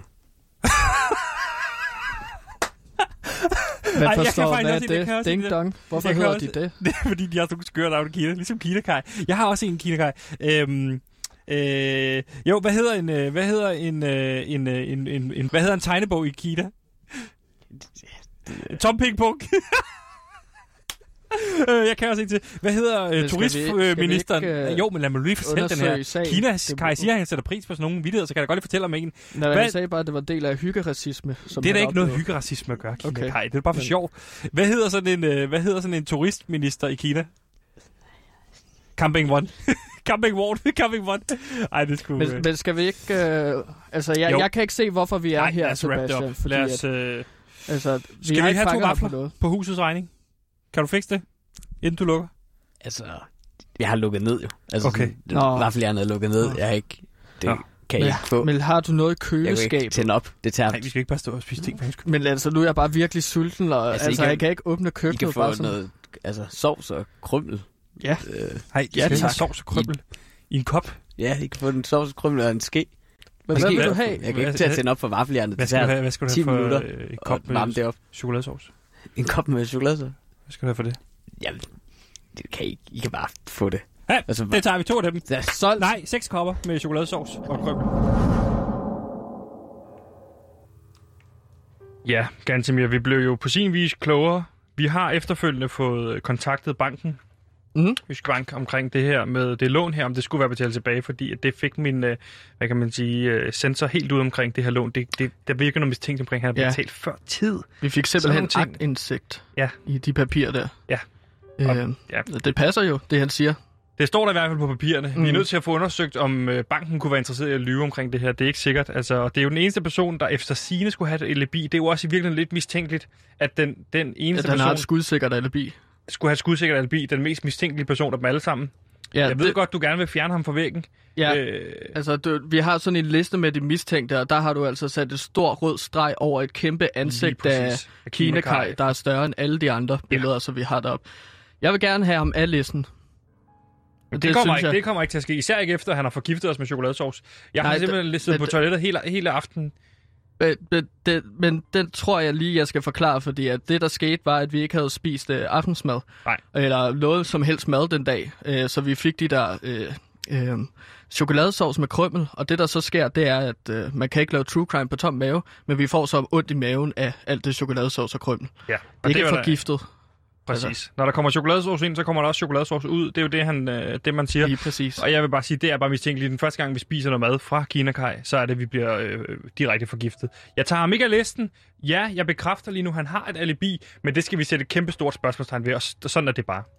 Men forstår, hvad er det? det? Ding dong. Hvorfor hedder også, de det? Det er fordi, de har så skøre navn i Kina, ligesom Kina Kaj. Jeg har også en Kina Kaj. Øhm, øh, jo, hvad hedder en, hvad hedder en, en, en, en, en, en, hvad hedder en tegnebog i Kina? Tom Ping Pong. Jeg kan også ikke til. Hvad hedder uh, turistministeren? Uh... Jo, men lad mig lige fortælle den her. Sagen. Kina, Kaj siger, at han sætter pris på sådan nogle vittigheder, så kan jeg da godt lige fortælle om en. Nej, jeg sagde bare, at det var en del af hyggeracisme. Som det er da ikke noget hyggeracisme at gøre, Kina okay. Kaj. Det er bare for men... sjov. Hvad hedder sådan en, uh, hvad hedder sådan en turistminister i Kina? Camping One. Camping One. Camping One. Ej, det skulle... Men, men skal vi ikke... Uh... Altså, jeg, jeg kan ikke se, hvorfor vi er Ej, her, Sebastian. Fordi lad os... Uh... At, altså, vi skal har vi ikke have to vafler på, på husets regning? Kan du fikse det, inden du lukker? Altså, jeg har lukket ned jo. Altså, okay. I hvert fald, jeg har lukket ned. Jeg har ikke... Det Nå. kan jeg ikke få. Men har du noget i køleskabet? Jeg kan ikke tænde op. Det tager... Nej, vi skal ikke bare stå og spise ting. Men altså, nu er jeg bare virkelig sulten, og altså, altså kan, jeg kan ikke åbne køkkenet. I kan få sådan... noget altså, sovs og krymmel. Ja. Øh, Hej, ja, tak. Sovs og krymmel i... i en kop? Ja, I kan få en sovs og krymmel og en ske. Hvad, hvad vil du have? Jeg kan ikke til at tænde op for vaffeljernet. Hvad skal du have, hvad skal du have for minutter, øh, en kop med chokoladesauce? En kop med chokoladesauce? Hvad skal du have for det? Jamen, det kan I, I kan bare få det. Ja, altså, det tager vi to af dem. Ja, solgt. Nej, seks kopper med chokoladesauce og krymmel. Ja, Gantemir, vi blev jo på sin vis klogere. Vi har efterfølgende fået kontaktet banken. Mm-hmm. Jysk Bank omkring det her med det lån her, om det skulle være betalt tilbage, fordi det fik min, hvad kan man sige, sensor helt ud omkring det her lån. Det, det, der virker noget mistænkt omkring, han har ja. betalt før tid. Vi fik simpelthen aktindsigt ja. i de papirer der. Ja. Øh, ja. Det passer jo, det han siger. Det står der i hvert fald på papirerne. Mm. Vi er nødt til at få undersøgt, om banken kunne være interesseret i at lyve omkring det her. Det er ikke sikkert. Altså, og det er jo den eneste person, der efter sigende skulle have et alibi. Det er jo også i virkeligheden lidt mistænkeligt, at den, den eneste at han person... har et skudsikkert alibi. Skulle have et skudsikkert alibi. Den mest mistænkelige person af dem alle sammen. Ja, jeg ved det... godt, du gerne vil fjerne ham fra væggen. Ja, øh... altså du, vi har sådan en liste med de mistænkte, og der har du altså sat et stort rød streg over et kæmpe ansigt af Kina Kaj, der er større end alle de andre billeder, ja. Så vi har deroppe. Jeg vil gerne have ham af listen. Det, det, kommer ikke, jeg... det kommer ikke til at ske, især ikke efter, at han har forgiftet os med chokoladesauce. Jeg Nej, har simpelthen listet det, på toilettet hele, hele aftenen. Men, det, men den tror jeg lige, jeg skal forklare, fordi at det, der skete, var, at vi ikke havde spist øh, aftensmad. Nej. Eller noget som helst mad den dag. Øh, så vi fik de der øh, øh, chokoladesauce med krymmel. Og det, der så sker, det er, at øh, man kan ikke lave true crime på tom mave, men vi får så ondt i maven af alt det chokoladesauce og krymmel. Ja. Og det er ikke forgiftet. Præcis. Altså. Når der kommer chokoladesauce ind, så kommer der også chokoladesauce ud. Det er jo det, han, øh, det man siger. Lige præcis. Og jeg vil bare sige, det er bare mistænkeligt. Den første gang, vi spiser noget mad fra Kina Kaj, så er det, at vi bliver øh, direkte forgiftet. Jeg tager ham ikke af listen. Ja, jeg bekræfter lige nu, han har et alibi, men det skal vi sætte et kæmpe stort spørgsmålstegn ved, og sådan er det bare.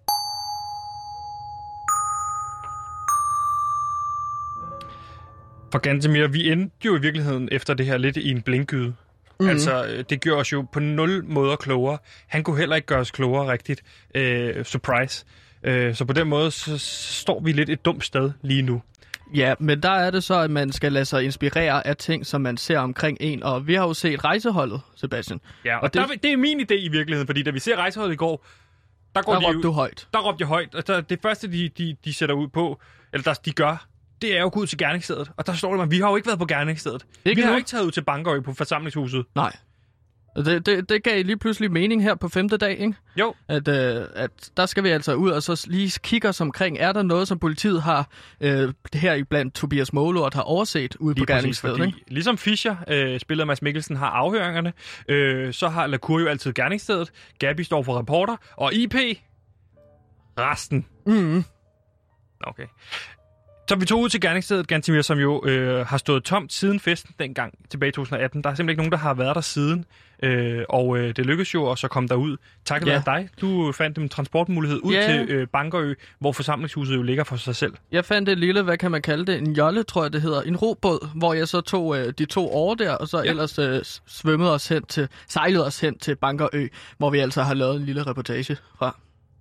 For Gantemir, vi endte jo i virkeligheden efter det her lidt i en blinkgyde. Mm-hmm. Altså, det gjorde os jo på nul måder klogere. Han kunne heller ikke gøre os klogere rigtigt. Øh, surprise. Øh, så på den måde, så står vi lidt et dumt sted lige nu. Ja, men der er det så, at man skal lade sig inspirere af ting, som man ser omkring en. Og vi har jo set Rejseholdet, Sebastian. Ja, og, og det... Der, det er min idé i virkeligheden, fordi da vi ser Rejseholdet i går, der, går der de råbte jo, du højt. Der råbte jeg højt, og der, det første, de, de, de sætter ud på, eller der, de gør, det er jo at gå ud til gerningsstedet. Og der står det, at vi har jo ikke været på gerningsstedet. Ikke vi har nu? jo ikke taget ud til Bankerø på forsamlingshuset. Nej. Det, det, det gav lige pludselig mening her på femte dag, ikke? Jo. At, øh, at der skal vi altså ud og så lige kigge os omkring. Er der noget, som politiet har øh, her iblandt Tobias Målort har overset ude lige på gerningsstedet, ikke? Ligesom Fischer, øh, spillet Mads Mikkelsen, har afhøringerne, øh, så har Lacour jo altid gerningsstedet. Gabi står for reporter, og I P resten. Mhm. Okay. Så vi tog ud til gerningsstedet, Gantemir, som jo øh, har stået tomt siden festen dengang tilbage i to tusind og atten. Der er simpelthen ikke nogen, der har været der siden. Øh, og øh, det lykkedes jo også at komme derud. Takket ja. være dig. Du fandt en transportmulighed ud ja. til øh, Bankerø, hvor forsamlingshuset jo ligger for sig selv. Jeg fandt et lille, hvad kan man kalde det, en jolle, tror jeg det hedder, en robåd, hvor jeg så tog øh, de to over der, og så ja. ellers øh, svømmede os hen til, sejlede os hen til Bankerø, hvor vi altså har lavet en lille reportage fra.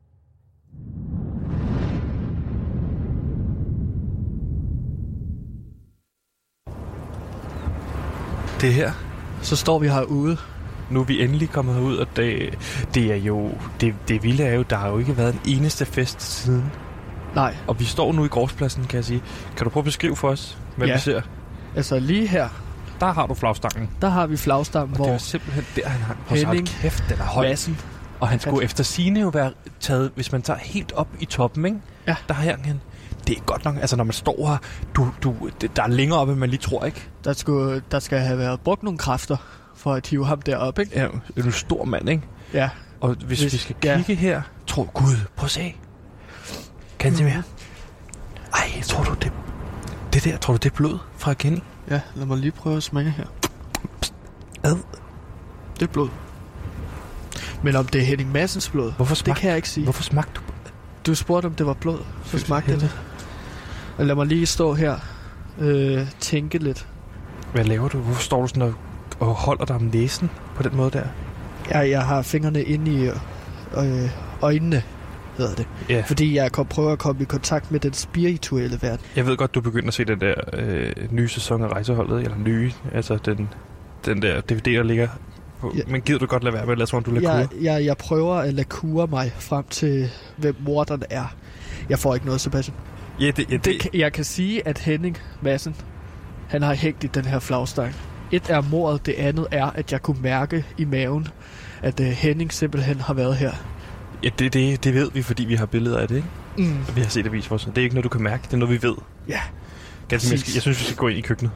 Det her. Så står vi herude. Nu er vi endelig kommet ud, og det, det er jo... Det, det vilde er jo, der har jo ikke været en eneste fest siden. Nej. Og vi står nu i gårdspladsen, kan jeg sige. Kan du prøve at beskrive for os, hvad ja. vi ser? Altså lige her. Der har du flagstangen. Der har vi flagstangen, hvor... det er simpelthen der, han har... Henning, kæft, den er høj. Madsen. Og han skulle efter sigende jo være taget, hvis man tager helt op i toppen, ikke? Ja. Der har han... Det er godt nok, altså når man står her, du, du, det, der er længere oppe, end man lige tror, ikke? Der, skulle, der skal have været brugt nogle kræfter for at hive ham deroppe, ikke? Ja, er du en stor mand, ikke? Ja. Og hvis, hvis vi skal ja. kigge her, tror Gud, prøv at se. Gantemir. Mm. Ej, tror du det, det der, tror du det er blod fra Kenny? Ja, lad mig lige prøve at smage her. Ad. Det er blod. Men om det er Henning Madsens blod, Hvorfor smag... det kan jeg ikke sige. Hvorfor smagte du? Du spurgte, om det var blod, så smagte det. Og lad mig lige stå her øh, tænke lidt. Hvad laver du? Hvorfor står du sådan og, og holder dig om næsen på den måde der? Jeg, jeg har fingrene inde i øh, øjnene, hedder det. Yeah. Fordi jeg kom, prøver at komme i kontakt med den spirituelle verden. Jeg ved godt, du begynder at se den der øh, nye sæson af Rejseholdet, eller nye, altså den, den der D V D, der ligger på. Ja. Men gider du godt lade være med at lade, som du lader jeg, jeg, jeg prøver at lade kure mig frem til, hvem morderen er. Jeg får ikke noget, Sebastian. Ja, det, ja, det... Det, jeg kan sige, at Henning Madsen, han har hængt i den her flagstang. Et er mordet, det andet er, at jeg kunne mærke i maven, at uh, Henning simpelthen har været her. Ja, det, det, det ved vi, fordi vi har billeder af det, ikke? Mm. Vi har set det vise for os. Det er ikke noget, du kan mærke, det er noget, vi ved. Ja. Ganske, jeg, skal, jeg synes, vi skal gå ind i køkkenet.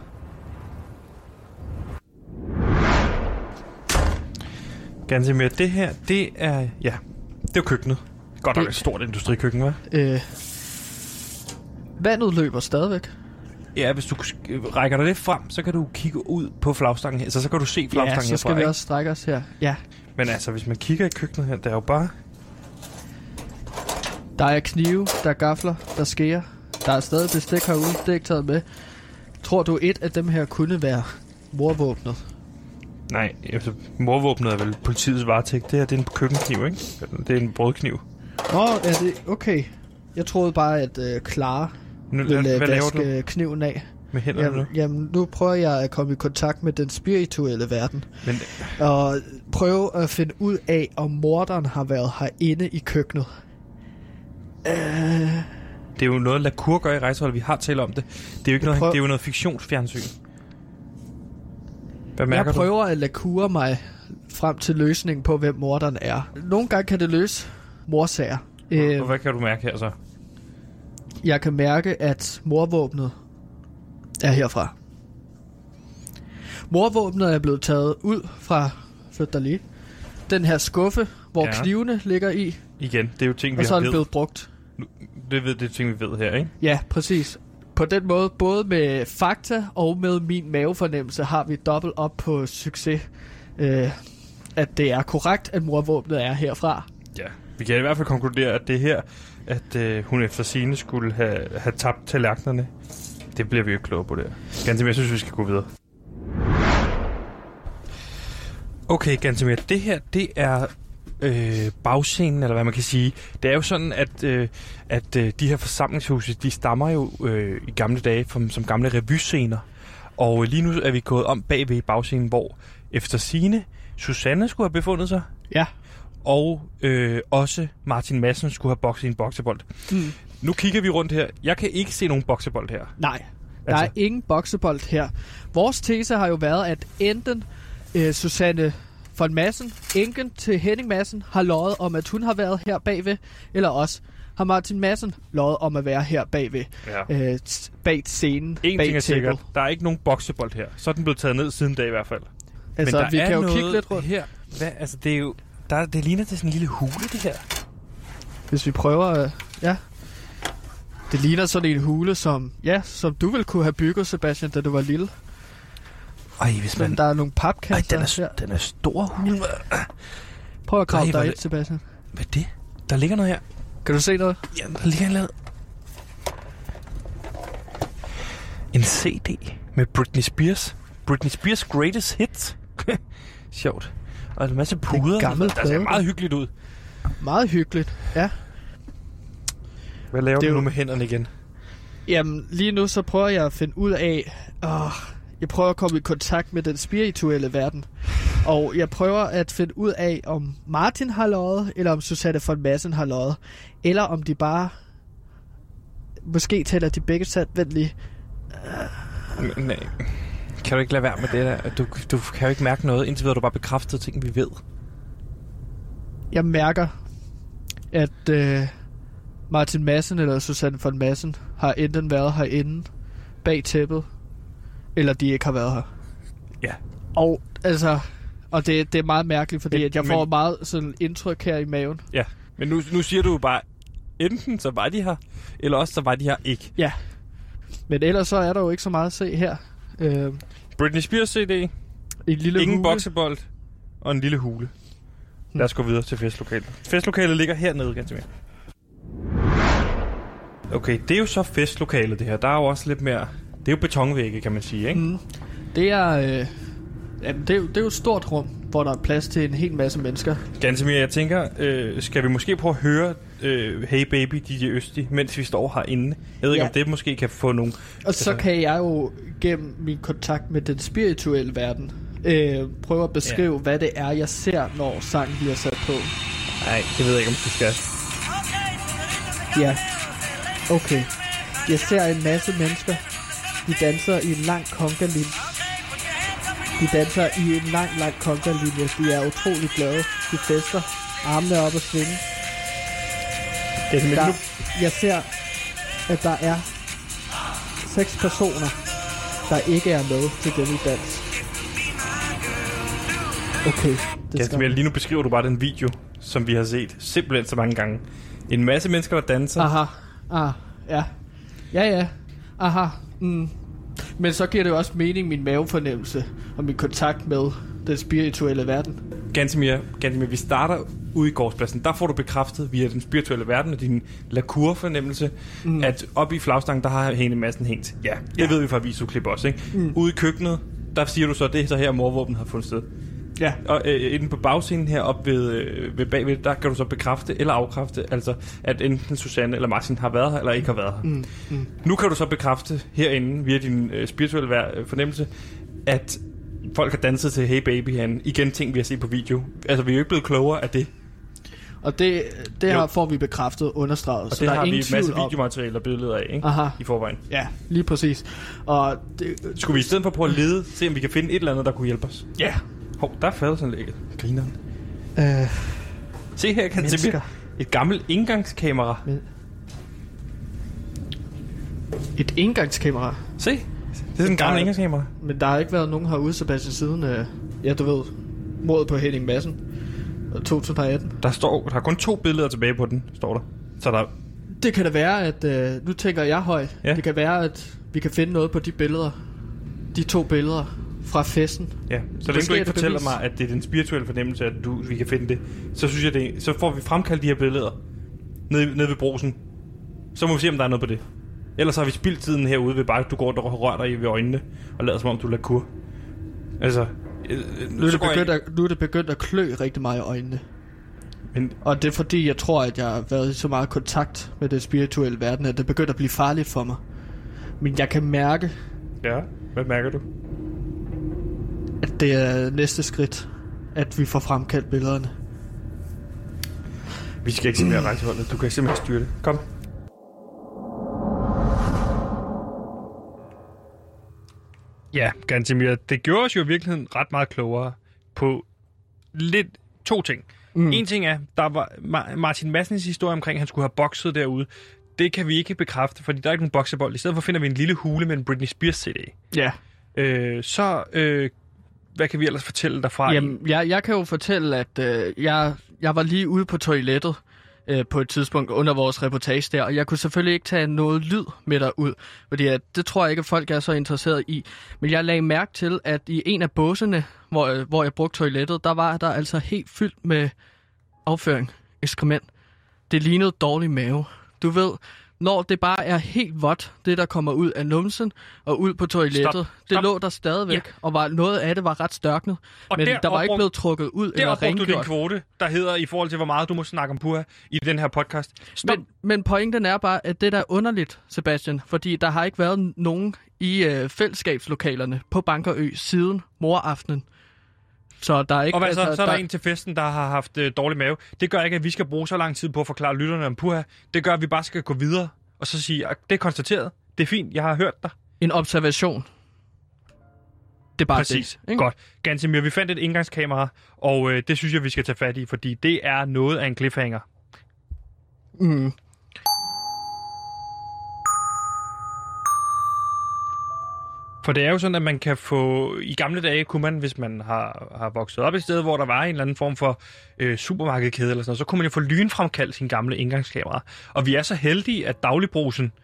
Ganske mere. Det her, det er... Ja, det er jo køkkenet. Godt nok et stort industrikøkken, hva'? Øh, vandet løber stadigvæk. Ja, hvis du rækker dig lidt frem, så kan du kigge ud på flagstangen her. Så, så kan du se flagstangen herfra. Ja, så skal herfra, vi ikke? Også strække os her. Ja. Men altså, hvis man kigger i køkkenet her, der er jo bare... Der er knive, der er gafler, der skærer. Der er stadig bestik herude, det er ikke taget med. Tror du, et af dem her kunne være mordvåbnet? Nej, altså, mordvåbnet er vel politiets varetægt. Det her, det er en køkkenkniv, ikke? Det er en brødkniv. Åh, oh, er det okay? Jeg troede bare, at øh, Clara nu, ville hvad vaske kniven af. Med hænderne jamen, nu? Jamen, nu prøver jeg at komme i kontakt med den spirituelle verden. Men... Og prøve at finde ud af, om morderen har været herinde i køkkenet. Uh... Det er jo noget, Lacour gør i Rejseholdet. Vi har talt om det. Det er jo ikke noget, prøver... det er jo noget fiktionsfjernsyn. Hvad mærker jeg prøver du? at lakure mig frem til løsningen på, hvem morderen er. Nogle gange kan det løse morsager. Og øh, hvad kan du mærke her så? Jeg kan mærke, at mordvåbnet er herfra. Mordvåbnet er blevet taget ud fra, flyt dig lige, den her skuffe, hvor ja. knivene ligger i. Igen, det er jo ting, vi har ved. Og så er det blevet brugt. Det, ved, det er ting, vi ved her, ikke? Ja, præcis. På den måde, både med fakta og med min mavefornemmelse, har vi dobbelt op på succes. Øh, at det er korrekt, at mordvåbnet er herfra. Ja, vi kan i hvert fald konkludere, at det er her, at øh, hun efter sigende skulle have, have tabt tallerkenerne. Det bliver vi jo ikke klogere på det her. Gantemir, jeg synes, vi skal gå videre. Okay, Gantemir, det her, det er øh, bagscenen, eller hvad man kan sige. Det er jo sådan, at, øh, at øh, de her forsamlingshuse, de stammer jo øh, i gamle dage som, som gamle revyscener. Og lige nu er vi gået om bagved i bagscenen, hvor efter sigende Susanne skulle have befundet sig. Ja. Og øh, også Martin Madsen skulle have bokset i en boksebold. Mm. Nu kigger vi rundt her. Jeg kan ikke se nogen boksebold her. Nej, der altså. er ingen boksebold her. Vores tese har jo været, at enten øh, Susanne von Madsen, enken til Henning Madsen, har løjet om, at hun har været her bagved, eller også har Martin Madsen løjet om at være her bagved, ja. øh, bag scenen. En bag ting er table. sikkert. Der er ikke nogen boksebold her. Så er den blevet taget ned siden da i hvert fald. Altså, men der vi er kan jo noget kigge lidt rundt. Her. Hvad? Altså, det er jo... Der, det ligner til sådan en lille hule, det her. Hvis vi prøver... Ja. Det ligner sådan en hule, som... Ja, som du ville kunne have bygget, Sebastian, da du var lille. Ej, hvis man... Men der er nogle papkasser Ej, den er, den er stor hule. Prøv at kravle dig ind, Sebastian. Hvad er det? Der ligger noget her. Kan du se noget? Ja, der ligger en, en C D med Britney Spears. Britney Spears Greatest Hits. Sjovt. Og en masse puder. Det der ser meget hyggeligt ud. Meget hyggeligt, ja. Hvad laver det du jo... nu med hænderne igen? Jamen, lige nu så prøver jeg at finde ud af... Åh, jeg prøver at komme i kontakt med den spirituelle verden. Og jeg prøver at finde ud af, om Martin har løjet, eller om Susanne von Madsen har løjet. Eller om de bare... Måske tæller de begge sandt. Vent lige. Uh... Nej. Kan du ikke lade være med det der? Du, du kan jo ikke mærke noget, indtil videre du bare bekræftet ting, vi ved. Jeg mærker, at øh, Martin Madsen eller Susanne von Madsen har enten været herinde bag tæppet, eller de ikke har været her. Ja. Og altså, og det, det er meget mærkeligt, fordi men, at jeg får men, meget sådan indtryk her i maven. Ja, men nu, nu siger du bare, enten så var de her, eller også så var de her ikke. Ja, men ellers så er der jo ikke så meget at se her. Øh, Britney Spears C D, en lille ingen hule. boksebold og en lille hule. Hmm. Lad os gå videre til festlokalet. Festlokalet ligger hernede, ganske mere. Okay, det er jo så festlokalet det her. Der er jo også lidt mere... Det er jo betonvægge, kan man sige, ikke? Mm. Det er... Øh, jamen, det, er jo, det er jo et stort rum, hvor der er plads til en hel masse mennesker. Ganske mere, jeg tænker, øh, skal vi måske prøve at høre øh, Hey Baby, D J Østi, mens vi står herinde? Jeg ved ikke, ja. om det måske kan få nogle... Og altså... så kan jeg jo gennem min kontakt med den spirituelle verden øh, prøve at beskrive, ja. hvad det er, jeg ser, når sangen bliver sat på. Nej, det ved jeg ikke, om du skal. Ja, okay. Jeg ser en masse mennesker. De danser i en lang conga-linje. De danser i en lang, lang conga-linje. De er utrolig glade. De fester. Armene op og svinge. Der, jeg ser, at der er seks personer, der ikke er med til denne dans. Okay. Ganske mere, lige nu beskriver du bare den video, som vi har set simpelthen så mange gange. En masse mennesker, der danser. Aha. Ah, ja. Ja, ja. Aha. Mm. Men så giver det jo også mening, min mavefornemmelse og min kontakt med den spirituelle verden. Gansimir, Gansimir, vi starter ude i gårdspladsen. Der får du bekræftet via den spirituelle verden og din lacour-fornemmelse, mm. at oppe i flagstangen, der har Henning Madsen hængt. Ja, det ja. ved vi fra Visoklip også, ikke? Mm. Ude i køkkenet, der siger du så, at det er så her, mordvåben har fundet sted. Ja. Og øh, inde på bagscenen her oppe ved, øh, ved bagved, der kan du så bekræfte eller afkræfte, altså at enten Susanne eller Martin har været her, eller ikke har været her. Mm. Mm. Nu kan du så bekræfte herinde, via din øh, spirituelle vær- fornemmelse, at folk har danset til Hey Baby herinde. Igen ting, vi har set på video. Altså, vi er jo ikke blevet klogere af det. Og det, det her får vi bekræftet, understreget. Og så det der har er vi ingen en masse tvivl videomateriale og billeder af, ikke? Aha. I forvejen. Ja, lige præcis. Og det, skulle vi i stedet for prøve at lede, se om vi kan finde et eller andet, der kunne hjælpe os? Ja. Hov, der er fadelsanlægget. Grineren. Øh, se her, kan se et gammelt indgangskamera. Men... Et indgangskamera? Se, det er sådan en gammel indgangskamera. Men der har ikke været nogen herude, Sebastian, siden, øh, ja, du ved, mordet på Henning Madsen to tusind atten. Der står, der er kun to billeder tilbage på den, står der. Så der... Det kan da være, at, øh, nu tænker jeg højt, ja. Det kan være, at vi kan finde noget på de billeder, de to billeder fra festen. Ja, så hvis du ikke fortæller bevis. mig, at det er den spirituelle fornemmelse, at du, vi kan finde det, så synes jeg, det, så får vi fremkaldt de her billeder nede, nede ved brusen. Så må vi se, om der er noget på det. Ellers har vi spildt tiden herude ved bare, at du går og rører dig ved øjnene og lader som om, du lader kur. Altså... Nu er, det begyndt at, nu er det begyndt at klø rigtig meget i øjnene. Men... Og det er fordi, jeg tror, at jeg har været i så meget kontakt med det spirituelle verden, at det begynder at blive farligt for mig. Men jeg kan mærke... Ja, hvad mærker du? At det er næste skridt, at vi får fremkaldt billederne. Vi skal ikke se mere rejseholdet. Du kan simpelthen styre det. Kom. Ja, Gantemir, det gjorde os jo i virkeligheden ret meget klogere på lidt to ting. Mm. En ting er, der var Martin Madsens historie omkring, at han skulle have bokset derude. Det kan vi ikke bekræfte, fordi der er ikke nogen boksebold. I stedet for finder vi en lille hule med en Britney Spears C D. Ja. Øh, så, øh, hvad kan vi ellers fortælle derfra? Jamen, jeg, jeg kan jo fortælle, at øh, jeg, jeg var lige ude på toilettet øh, på et tidspunkt under vores reportage der, og jeg kunne selvfølgelig ikke tage noget lyd med derud, fordi at, det tror jeg ikke, at folk er så interesseret i. Men jeg lagde mærke til, at i en af båsene, hvor, øh, hvor jeg brugte toilettet, der var der altså helt fyldt med afføring, ekskrement. Det lignede dårlig mave. Du ved, når det bare er helt vådt, det der kommer ud af numsen og ud på toilettet, Stop. Stop. det lå der stadigvæk, ja. og var, noget af det var ret størknet, og men der, der var opbrug... ikke blevet trukket ud der eller rengjort. Der du din kvote, der hedder i forhold til, hvor meget du må snakke om puha i den her podcast. Stop. Men, men pointen er bare, at det der er underligt, Sebastian, fordi der har ikke været nogen i øh, fællesskabslokalerne på Bankerø siden moraftenen. Så der er ikke... Og hvad så? Altså, så er der, der en til festen, der har haft øh, dårlig mave. Det gør ikke, at vi skal bruge så lang tid på at forklare lytterne om puha. Det gør, at vi bare skal gå videre og så sige, at det er konstateret. Det er fint, jeg har hørt dig. En observation. Det er bare Præcis. det. Ikke? Godt. Gantemir, vi fandt et indgangskamera, og øh, det synes jeg, vi skal tage fat i, fordi det er noget af en cliffhanger. Mm. For det er jo sådan, at man kan få... I gamle dage kunne man, hvis man har, har vokset op et sted, hvor der var en eller anden form for øh, supermarkedkæde eller sådan noget, så kunne man jo få lynfremkaldt sin gamle indgangskamera. Og vi er så heldige, at Dagligbrusen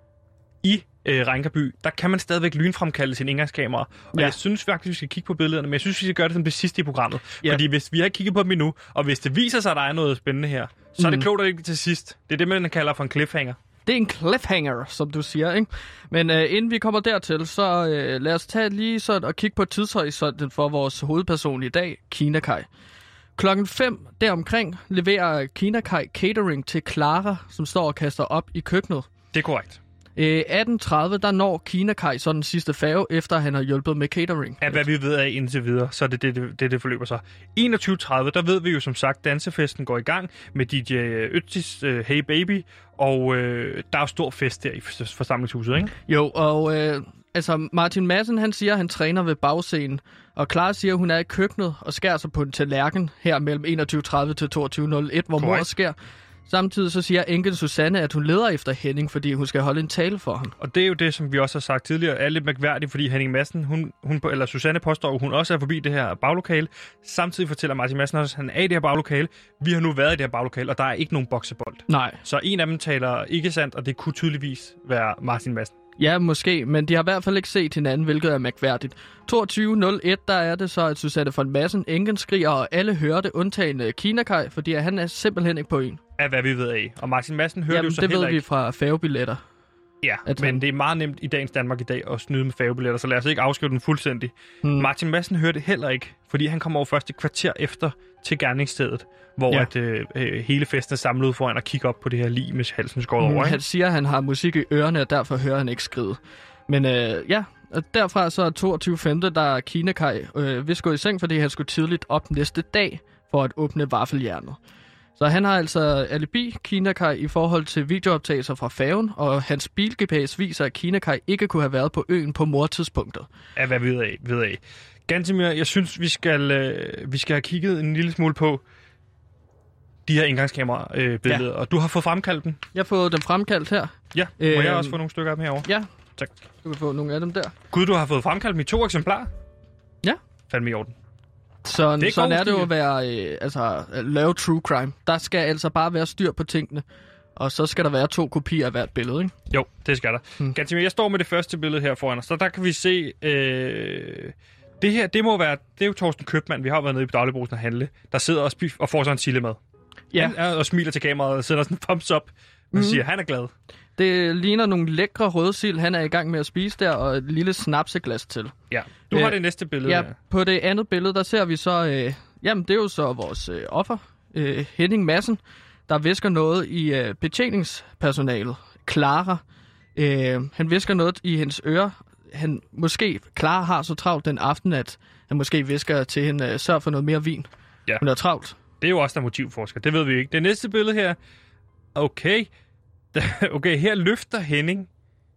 i øh, Renkerby, der kan man stadigvæk lynfremkalde sin indgangskamera. Og ja. jeg synes faktisk, vi skal kigge på billederne, men jeg synes, vi skal gøre det som det sidste i programmet. Ja. Fordi hvis vi har kigget på dem endnu, og hvis det viser sig, at der er noget spændende her, så mm. er det klogt at ikke til sidst. Det er det, man kalder for en cliffhanger. Det er en cliffhanger, som du siger, ikke? Men øh, inden vi kommer dertil, så øh, lad os tage lige sådan og kigge på tidshorisonten for vores hovedperson i dag, Kina Kai. Klokken fem deromkring leverer Kina Kai catering til Clara, som står og kaster op i køkkenet. Det er korrekt. Øh, atten tredive, der når Kina Kai så den sidste færge, efter han har hjulpet med catering. Af hvad vi ved af indtil videre, så er det det, det, det, det forløber sig. enogtyve tredive, der ved vi jo som sagt, dansefesten går i gang med D J Öttis uh, Hey Baby, og øh, der er jo stor fest der i forsamlingshuset, ikke? Jo, og øh, altså Martin Madsen, han siger, at han træner ved bagscenen, og Clara siger, at hun er i køkkenet og skærer sig på en tallerken her mellem enogtyve tredive til toogtyve nul et, hvor mor sker. Samtidig så siger enkel Susanne, at hun leder efter Henning, fordi hun skal holde en tale for ham. Og det er jo det, som vi også har sagt tidligere, er lidt mærkværdigt, fordi Henning Madsen, hun, hun, eller Susanne påstår, at hun også er forbi det her baglokale. Samtidig fortæller Martin Madsen også, at han er i det her baglokale. Vi har nu været i det her baglokale, og der er ikke nogen boksebold. Nej. Så en af dem taler ikke sandt, og det kunne tydeligvis være Martin Madsen. Ja, måske, men de har i hvert fald ikke set hinanden, hvilket er mærkværdigt. toogtyve nul et, der er det så, at Susanne von Madsen enken skriger, og alle hører det, undtagen Kina Kai, fordi han er simpelthen ikke på en. Af hvad vi ved af. Og Martin Madsen hører Jamen, det jo så det heller ved vi ikke. fra færgebilletter. Ja, men han... det er meget nemt i dagens Danmark i dag at snyde med færgebilletter, så lad os ikke afskrive den fuldstændig. Hmm. Martin Madsen hører det heller ikke, fordi han kommer over først et kvarter efter til gerningsstedet, hvor ja. at, øh, hele festen er samlet ud foran og kigger op på det her lig med halsen skåret hmm, over. Han siger, at han har musik i ørerne, og derfor hører han ikke skride. Men øh, ja, og derfra så toogtyve femte der er Kina Kai øh, vist gået i seng, fordi han skulle tidligt op næste dag for at åbne vaffeljernet. Så han har altså alibi, Kina Kai, i forhold til videooptagelser fra færgen, og hans bil-G P S viser, at Kina Kai ikke kunne have været på øen på mordtidspunktet. Ja, hvad ved af, ved af. Gantemir, jeg synes, vi skal, øh, vi skal have kigget en lille smule på de her indgangskamera-billeder, øh, ja. og du har fået fremkaldt dem. Jeg har fået dem fremkaldt her. Ja, må øh, jeg også få nogle stykker af dem herovre? Ja, tak. Du kan få nogle af dem der. Gud, du har fået fremkaldt dem i to eksemplarer? Ja. Fandme i orden. Sådan, det er, sådan er det jo at være, øh, altså, lave true crime. Der skal altså bare være styr på tingene. Og så skal der være to kopier af hvert billede, ikke? Jo, det skal der. Hmm. Gantemir, jeg står med det første billede her foran os, så der kan vi se... Øh, det her, det må være... Det er jo Torsten Købmann, vi har været nede i Dagligbrusen og handle, der sidder og, spif- og får sig en sillemad. Ja. Han er og smiler til kameraet og sætter sådan en thumbs up, og hmm. siger, han er glad. Det ligner nogle lækre rødsild, han er i gang med at spise der, og et lille snapseglas til. Ja, du øh, har det næste billede. Ja, her. På det andet billede, der ser vi så... Øh, jamen, det er jo så vores øh, offer, øh, Henning Madsen, der visker noget i øh, betjeningspersonalet. Clara. Øh, han visker noget i hendes øre. Han måske, Clara har så travlt den aften, at han måske visker til hende, øh, sørg for noget mere vin. Ja. Hun er travlt. Det er jo også der motivforsker. Det ved vi ikke. Det næste billede her. Okay. Okay, her løfter Henning.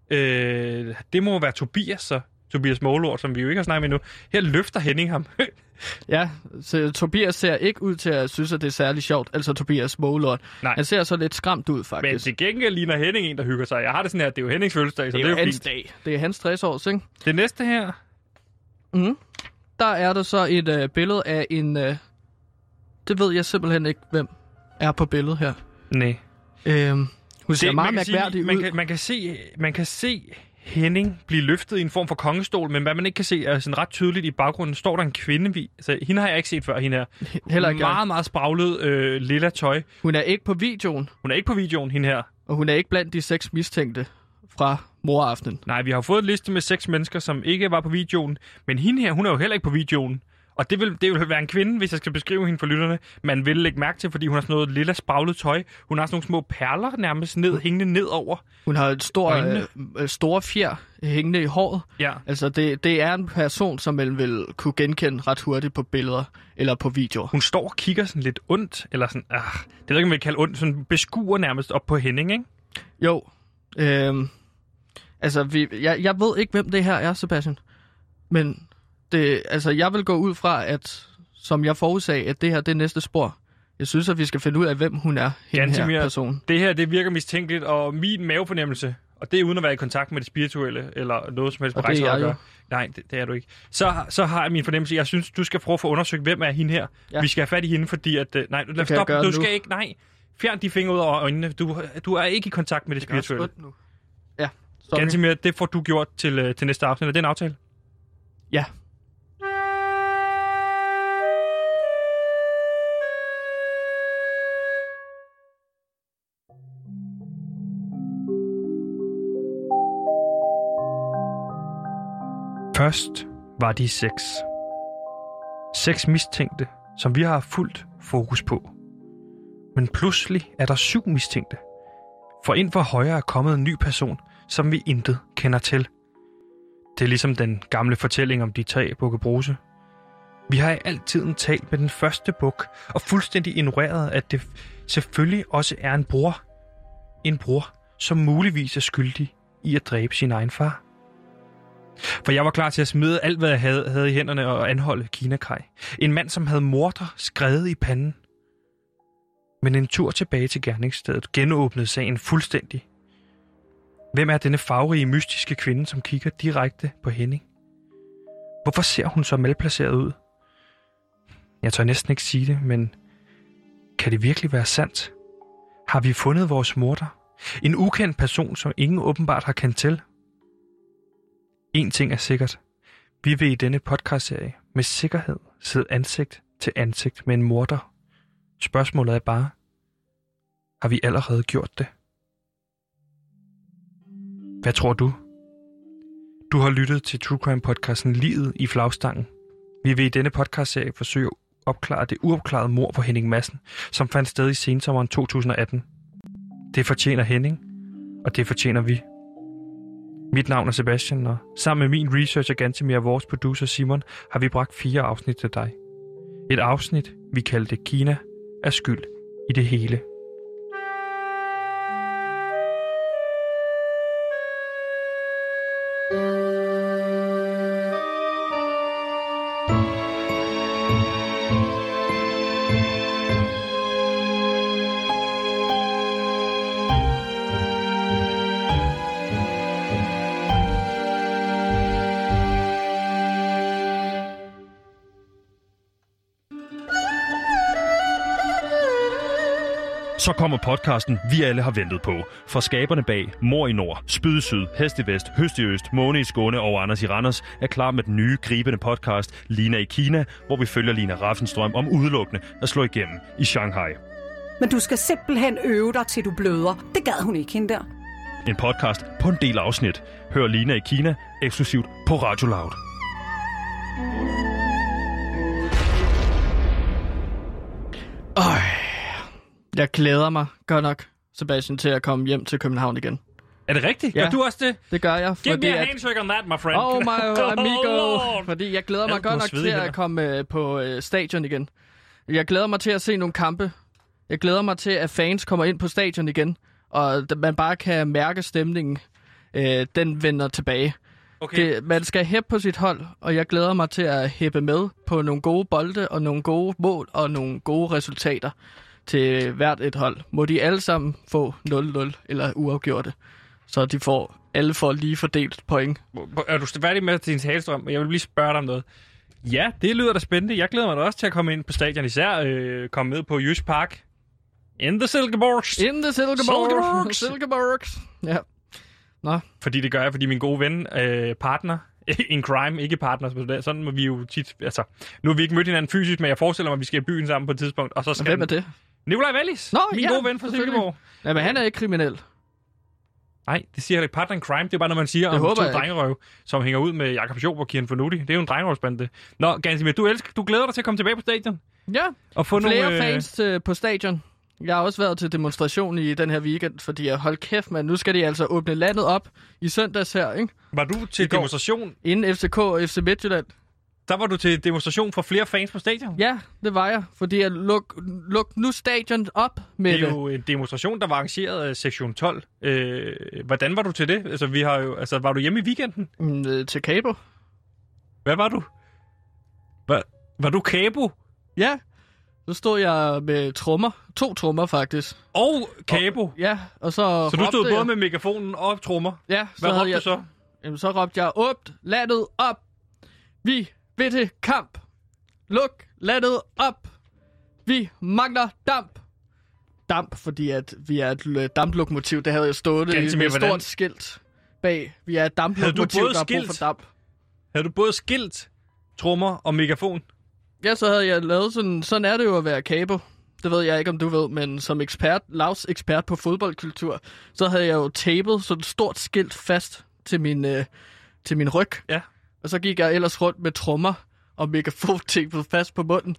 Øh, det må være Tobias så. Tobias Målord, som vi jo ikke har snakket med nu. Her løfter Henning ham. Ja, så Tobias ser ikke ud til at synes, at det er særlig sjovt. Altså Tobias Målord. Nej. Han ser så lidt skræmt ud, faktisk. Men til gengæld ligner Henning en, der hygger sig. Jeg har det sådan her, det er jo Hennings fødselsdag, så det er, det er jo hans fint. dag. Det er hans tres års, ikke? Det næste her. Mm. Der er der så et øh, billede af en... Øh, det ved jeg simpelthen ikke, hvem er på billedet her. Nej. Øhm, hun ser det, meget man mærkværdig sige, ud. Man kan, man, kan se, man kan se Henning blive løftet i en form for kongestol, men hvad man ikke kan se, er sådan ret tydeligt i baggrunden, står der en kvinde. Vi, altså, hende har jeg ikke set før, hende her. Heller ikke. Meget, meget spraglet øh, lilla tøj. Hun er ikke på videoen. Hun er ikke på videoen, hende her. Og hun er ikke blandt de seks mistænkte fra moraftenen. Nej, vi har fået en liste med seks mennesker, som ikke var på videoen, men hende her, hun er jo heller ikke på videoen. Og det vil, det vil være en kvinde, hvis jeg skal beskrive hende for lytterne. Man vil lægge mærke til, fordi hun har sådan noget lilla spraglet tøj. Hun har sådan nogle små perler nærmest ned, hængende nedover. Hun har et stor, øh, store fjer hængende i håret. Ja. Altså, det, det er en person, som man vil kunne genkende ret hurtigt på billeder eller på videoer. Hun står og kigger sådan lidt ondt, eller sådan, ah, det ved ikke, om vi kan kalde ondt, sådan beskuer nærmest op på Henning, ikke? Jo. Øhm, altså, vi, jeg, jeg ved ikke, hvem det her er, Sebastian. Men... Det, altså, jeg vil gå ud fra, at som jeg forudsag, at det her det er næste spor. Jeg synes, at vi skal finde ud af, hvem hun er, hende her person. Det her, det virker mistænkeligt, og min mavefornemmelse, og det er uden at være i kontakt med det spirituelle, eller noget som helst på rejser at gøre. Nej, det, det er du ikke. Så, så har jeg min fornemmelse, jeg synes, du skal prøve at få undersøgt, hvem er hende her. Ja. Vi skal have fat i hende, fordi at... Nej, lad, stop, du nu. skal ikke... Nej, fjern de fingre ud over øjnene. Du, du er ikke i kontakt med det, det spirituelle. Nu. Ja, sorry. Gansimir, det får du gjort til, til næste afsnit. Er det en aftale? Ja. Først var de seks. Seks mistænkte, som vi har fuldt fokus på. Men pludselig er der syv mistænkte. For ind for højre er kommet en ny person, som vi intet kender til. Det er ligesom den gamle fortælling om de tre Bukkebruse. Vi har i altiden talt med den første buk, og fuldstændig ignoreret, at det selvfølgelig også er en bror. En bror, som muligvis er skyldig i at dræbe sin egen far. For jeg var klar til at smide alt, hvad jeg havde, havde i hænderne og anholde Kina Kai. En mand, som havde morder skrevet i panden. Men en tur tilbage til gerningsstedet genåbnede sagen fuldstændig. Hvem er denne farverige, mystiske kvinde, som kigger direkte på Henning? Hvorfor ser hun så malplaceret ud? Jeg tør næsten ikke sige det, men kan det virkelig være sandt? Har vi fundet vores morder? En ukendt person, som ingen åbenbart har kendt til? En ting er sikkert. Vi vil i denne podcastserie med sikkerhed sidde ansigt til ansigt med en morder. Spørgsmålet er bare, har vi allerede gjort det? Hvad tror du? Du har lyttet til True Crime podcasten Liget i flagstangen. Vi vil i denne podcastserie forsøge at opklare det uopklarede mord på Henning Madsen, som fandt sted i sensommeren to tusind og atten. Det fortjener Henning, og det fortjener vi. Mit navn er Sebastian, og sammen med min researcher Gansimir og vores producer Simon, har vi bragt fire afsnit til dig. Et afsnit, vi kaldte Kina er skyld i det hele. Så kommer podcasten, vi alle har ventet på. Fra skaberne bag Mor i Nord, Spyd i Syd, Hest i Vest, Høst i Øst, Måne i Skåne og Anders i Randers er klar med den nye, gribende podcast Lina i Kina, hvor vi følger Lina Raffenstrøm om udelukkende at slå igennem i Shanghai. Men du skal simpelthen øve dig, til du bløder. Det gad hun ikke, hende der. En podcast på en del afsnit. Hør Lina i Kina eksklusivt på Radio Loud. Øj. Jeg glæder mig godt nok, Sebastian, til at komme hjem til København igen. Er det rigtigt? Ja, gør du også det? Det gør jeg. Give fordi me a at... handshake on that, my friend. Oh my amigo. Oh, fordi jeg glæder mig ja, godt nok til at komme uh, på uh, stadion igen. Jeg glæder mig til at se nogle kampe. Jeg glæder mig til, at fans kommer ind på stadion igen. Og man bare kan mærke stemningen. Uh, den vender tilbage. Okay. Det, man skal hæppe på sit hold, og jeg glæder mig til at hæppe med på nogle gode bolde og nogle gode mål og nogle gode resultater til hvert et hold. Må de alle sammen få nul nul eller uafgjorte, så de får alle får lige fordelt point. Er du færdig med din talestrøm? Jeg vil lige spørge dig om noget. Ja, det lyder da spændende. Jeg glæder mig da også til at komme ind på stadion, især øh, komme med på Jysk Park. In the Silkeborgs. In the Silkeborgs. Silkeborgs. Ja. Nå. Fordi det gør jeg, fordi min gode ven, øh, partner, in crime, ikke partner, sådan må vi jo tit, altså, nu har vi ikke mødt hinanden fysisk, men jeg forestiller mig, at vi skal i byen sammen på et tidspunkt, og så skal... Hvem er det? Nikolaj Wallis, Nå, min ja, gode ven fra Silkeborg. Ja, men han er ikke kriminel. Nej, det siger jeg ikke. Partner in crime, det er bare, når man siger det om to drengerøv, som hænger ud med Jakob Schob og Kian Fornuti. Det er jo en drengerøvsbande. Nå, Gansimir, du elsker, du glæder dig til at komme tilbage på stadion? Ja, og få flere nogle, fans til, på stadion. Jeg har også været til demonstration i den her weekend, fordi jeg holdt kæft, man. Nu skal de altså åbne landet op i søndags her, ikke? Var du til demonstration? Inden F C K og F C Midtjylland. Der var du til demonstration for flere fans på stadion? Ja, det var jeg, fordi jeg luk, luk nu stadion op med det. Det er jo en demonstration, der var arrangeret af sektion tolv. Øh, hvordan var du til det? Altså, vi har jo, altså, var du hjemme i weekenden? Mm, øh, til Cabo. Hvad var du? Var, var du Cabo? Ja. Så stod jeg med trommer. To trommer, faktisk. Og Cabo? Og, ja, og så Så du stod både jeg... med megafonen og trommer? Ja. Hvad råbte jeg... du så? Jamen, så råbte jeg, åbn landet op. Vi vil til kamp. Luk landet op. Vi mangler damp. Damp, fordi at vi er et damplokomotiv. Det havde jeg stået med et stort hvordan? skilt bag. Vi er et damplokomotiv, der har brug for damp. Havde du både skilt, trommer og megafon? Ja, så havde jeg lavet sådan... Sådan er det jo at være Cabo. Det ved jeg ikke, om du ved, men som ekspert, Lavs ekspert på fodboldkultur, så havde jeg jo tapet sådan et stort skilt fast til min, øh, til min ryg. Ja. Og så gik jeg ellers rundt med trommer og megafon tapet fast på munden.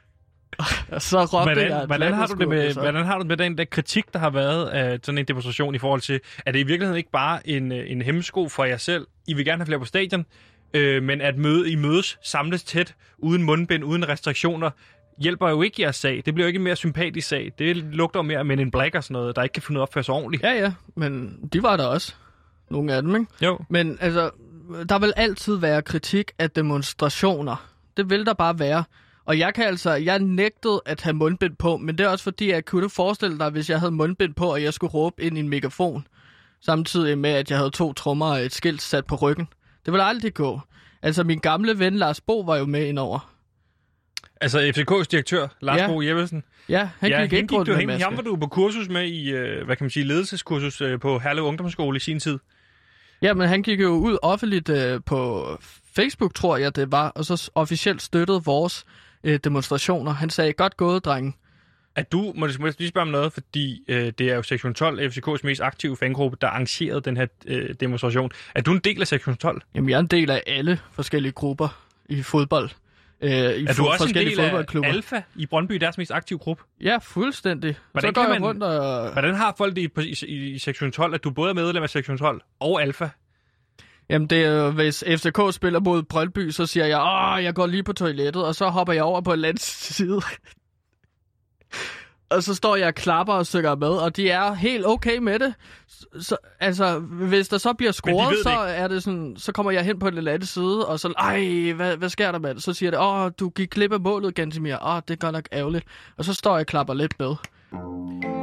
Og så råbte hvordan, jeg... Hvordan har, du det med, hvordan har du det med den der kritik, der har været af sådan en demonstration i forhold til, at det i virkeligheden ikke bare en, en hemmesko for jer selv? I vil gerne have flere på stadion, øh, men at møde, I mødes, samles tæt, uden mundbind, uden restriktioner, hjælper jo ikke jeres sag. Det bliver jo ikke en mere sympatisk sag. Det lugter mere af Men in Black og sådan noget, der ikke kan finde ud af at opføre sig ordentligt. Ja, ja, men de var der også. Nogle af dem, ikke? Jo. Men altså, der vil altid være kritik af demonstrationer. Det vil der bare være. Og jeg kan altså, jeg nægtede at have mundbind på, men det er også fordi, jeg kunne forestille dig, hvis jeg havde mundbind på, og jeg skulle råbe ind i en megafon, samtidig med, at jeg havde to trommer og et skilt sat på ryggen. Det ville aldrig gå. Altså, min gamle ven Lars Bo var jo med indover. Altså F C K's direktør, Lars ja. Bo Jeppesen? Ja, han ja, gik ikke rundt med maske. Ham var du på kursus med i, hvad kan man sige, ledelseskursus på Herlev Ungdomsskole i sin tid. Ja, men han gik jo ud offentligt øh, på Facebook, tror jeg det var, og så officielt støttede vores øh, demonstrationer. Han sagde, godt gået, drenge. Er du, må jeg lige spørge om noget, fordi øh, det er jo sektion tolv, F C K's mest aktive fangruppe, der arrangerede den her øh, demonstration. Er du en del af sektion tolv? Jamen, jeg er en del af alle forskellige grupper i fodbold. Øh, i er du også en del af Alfa i Brøndby, deres mest aktive gruppe? Ja, fuldstændig. Hvordan, så går kan jeg man, rundt og... hvordan har folk det i, i, i sektion tolv, at du både er medlem af sektion tolv og Alfa? Jamen, det er jo, hvis F C K spiller mod Brøndby, så siger jeg, åh, jeg går lige på toilettet, og så hopper jeg over på en anden side. Og så står jeg og klapper og synger med, og de er helt okay med det. Så, altså, hvis der så bliver scoret, så er det sådan, så kommer jeg hen på den anden side, og så, ej, hvad, hvad sker der, mand? Så siger det, åh, du gik glip af målet, Gansimir. Åh, det er godt nok ærgerligt. Og så står jeg og klapper lidt med.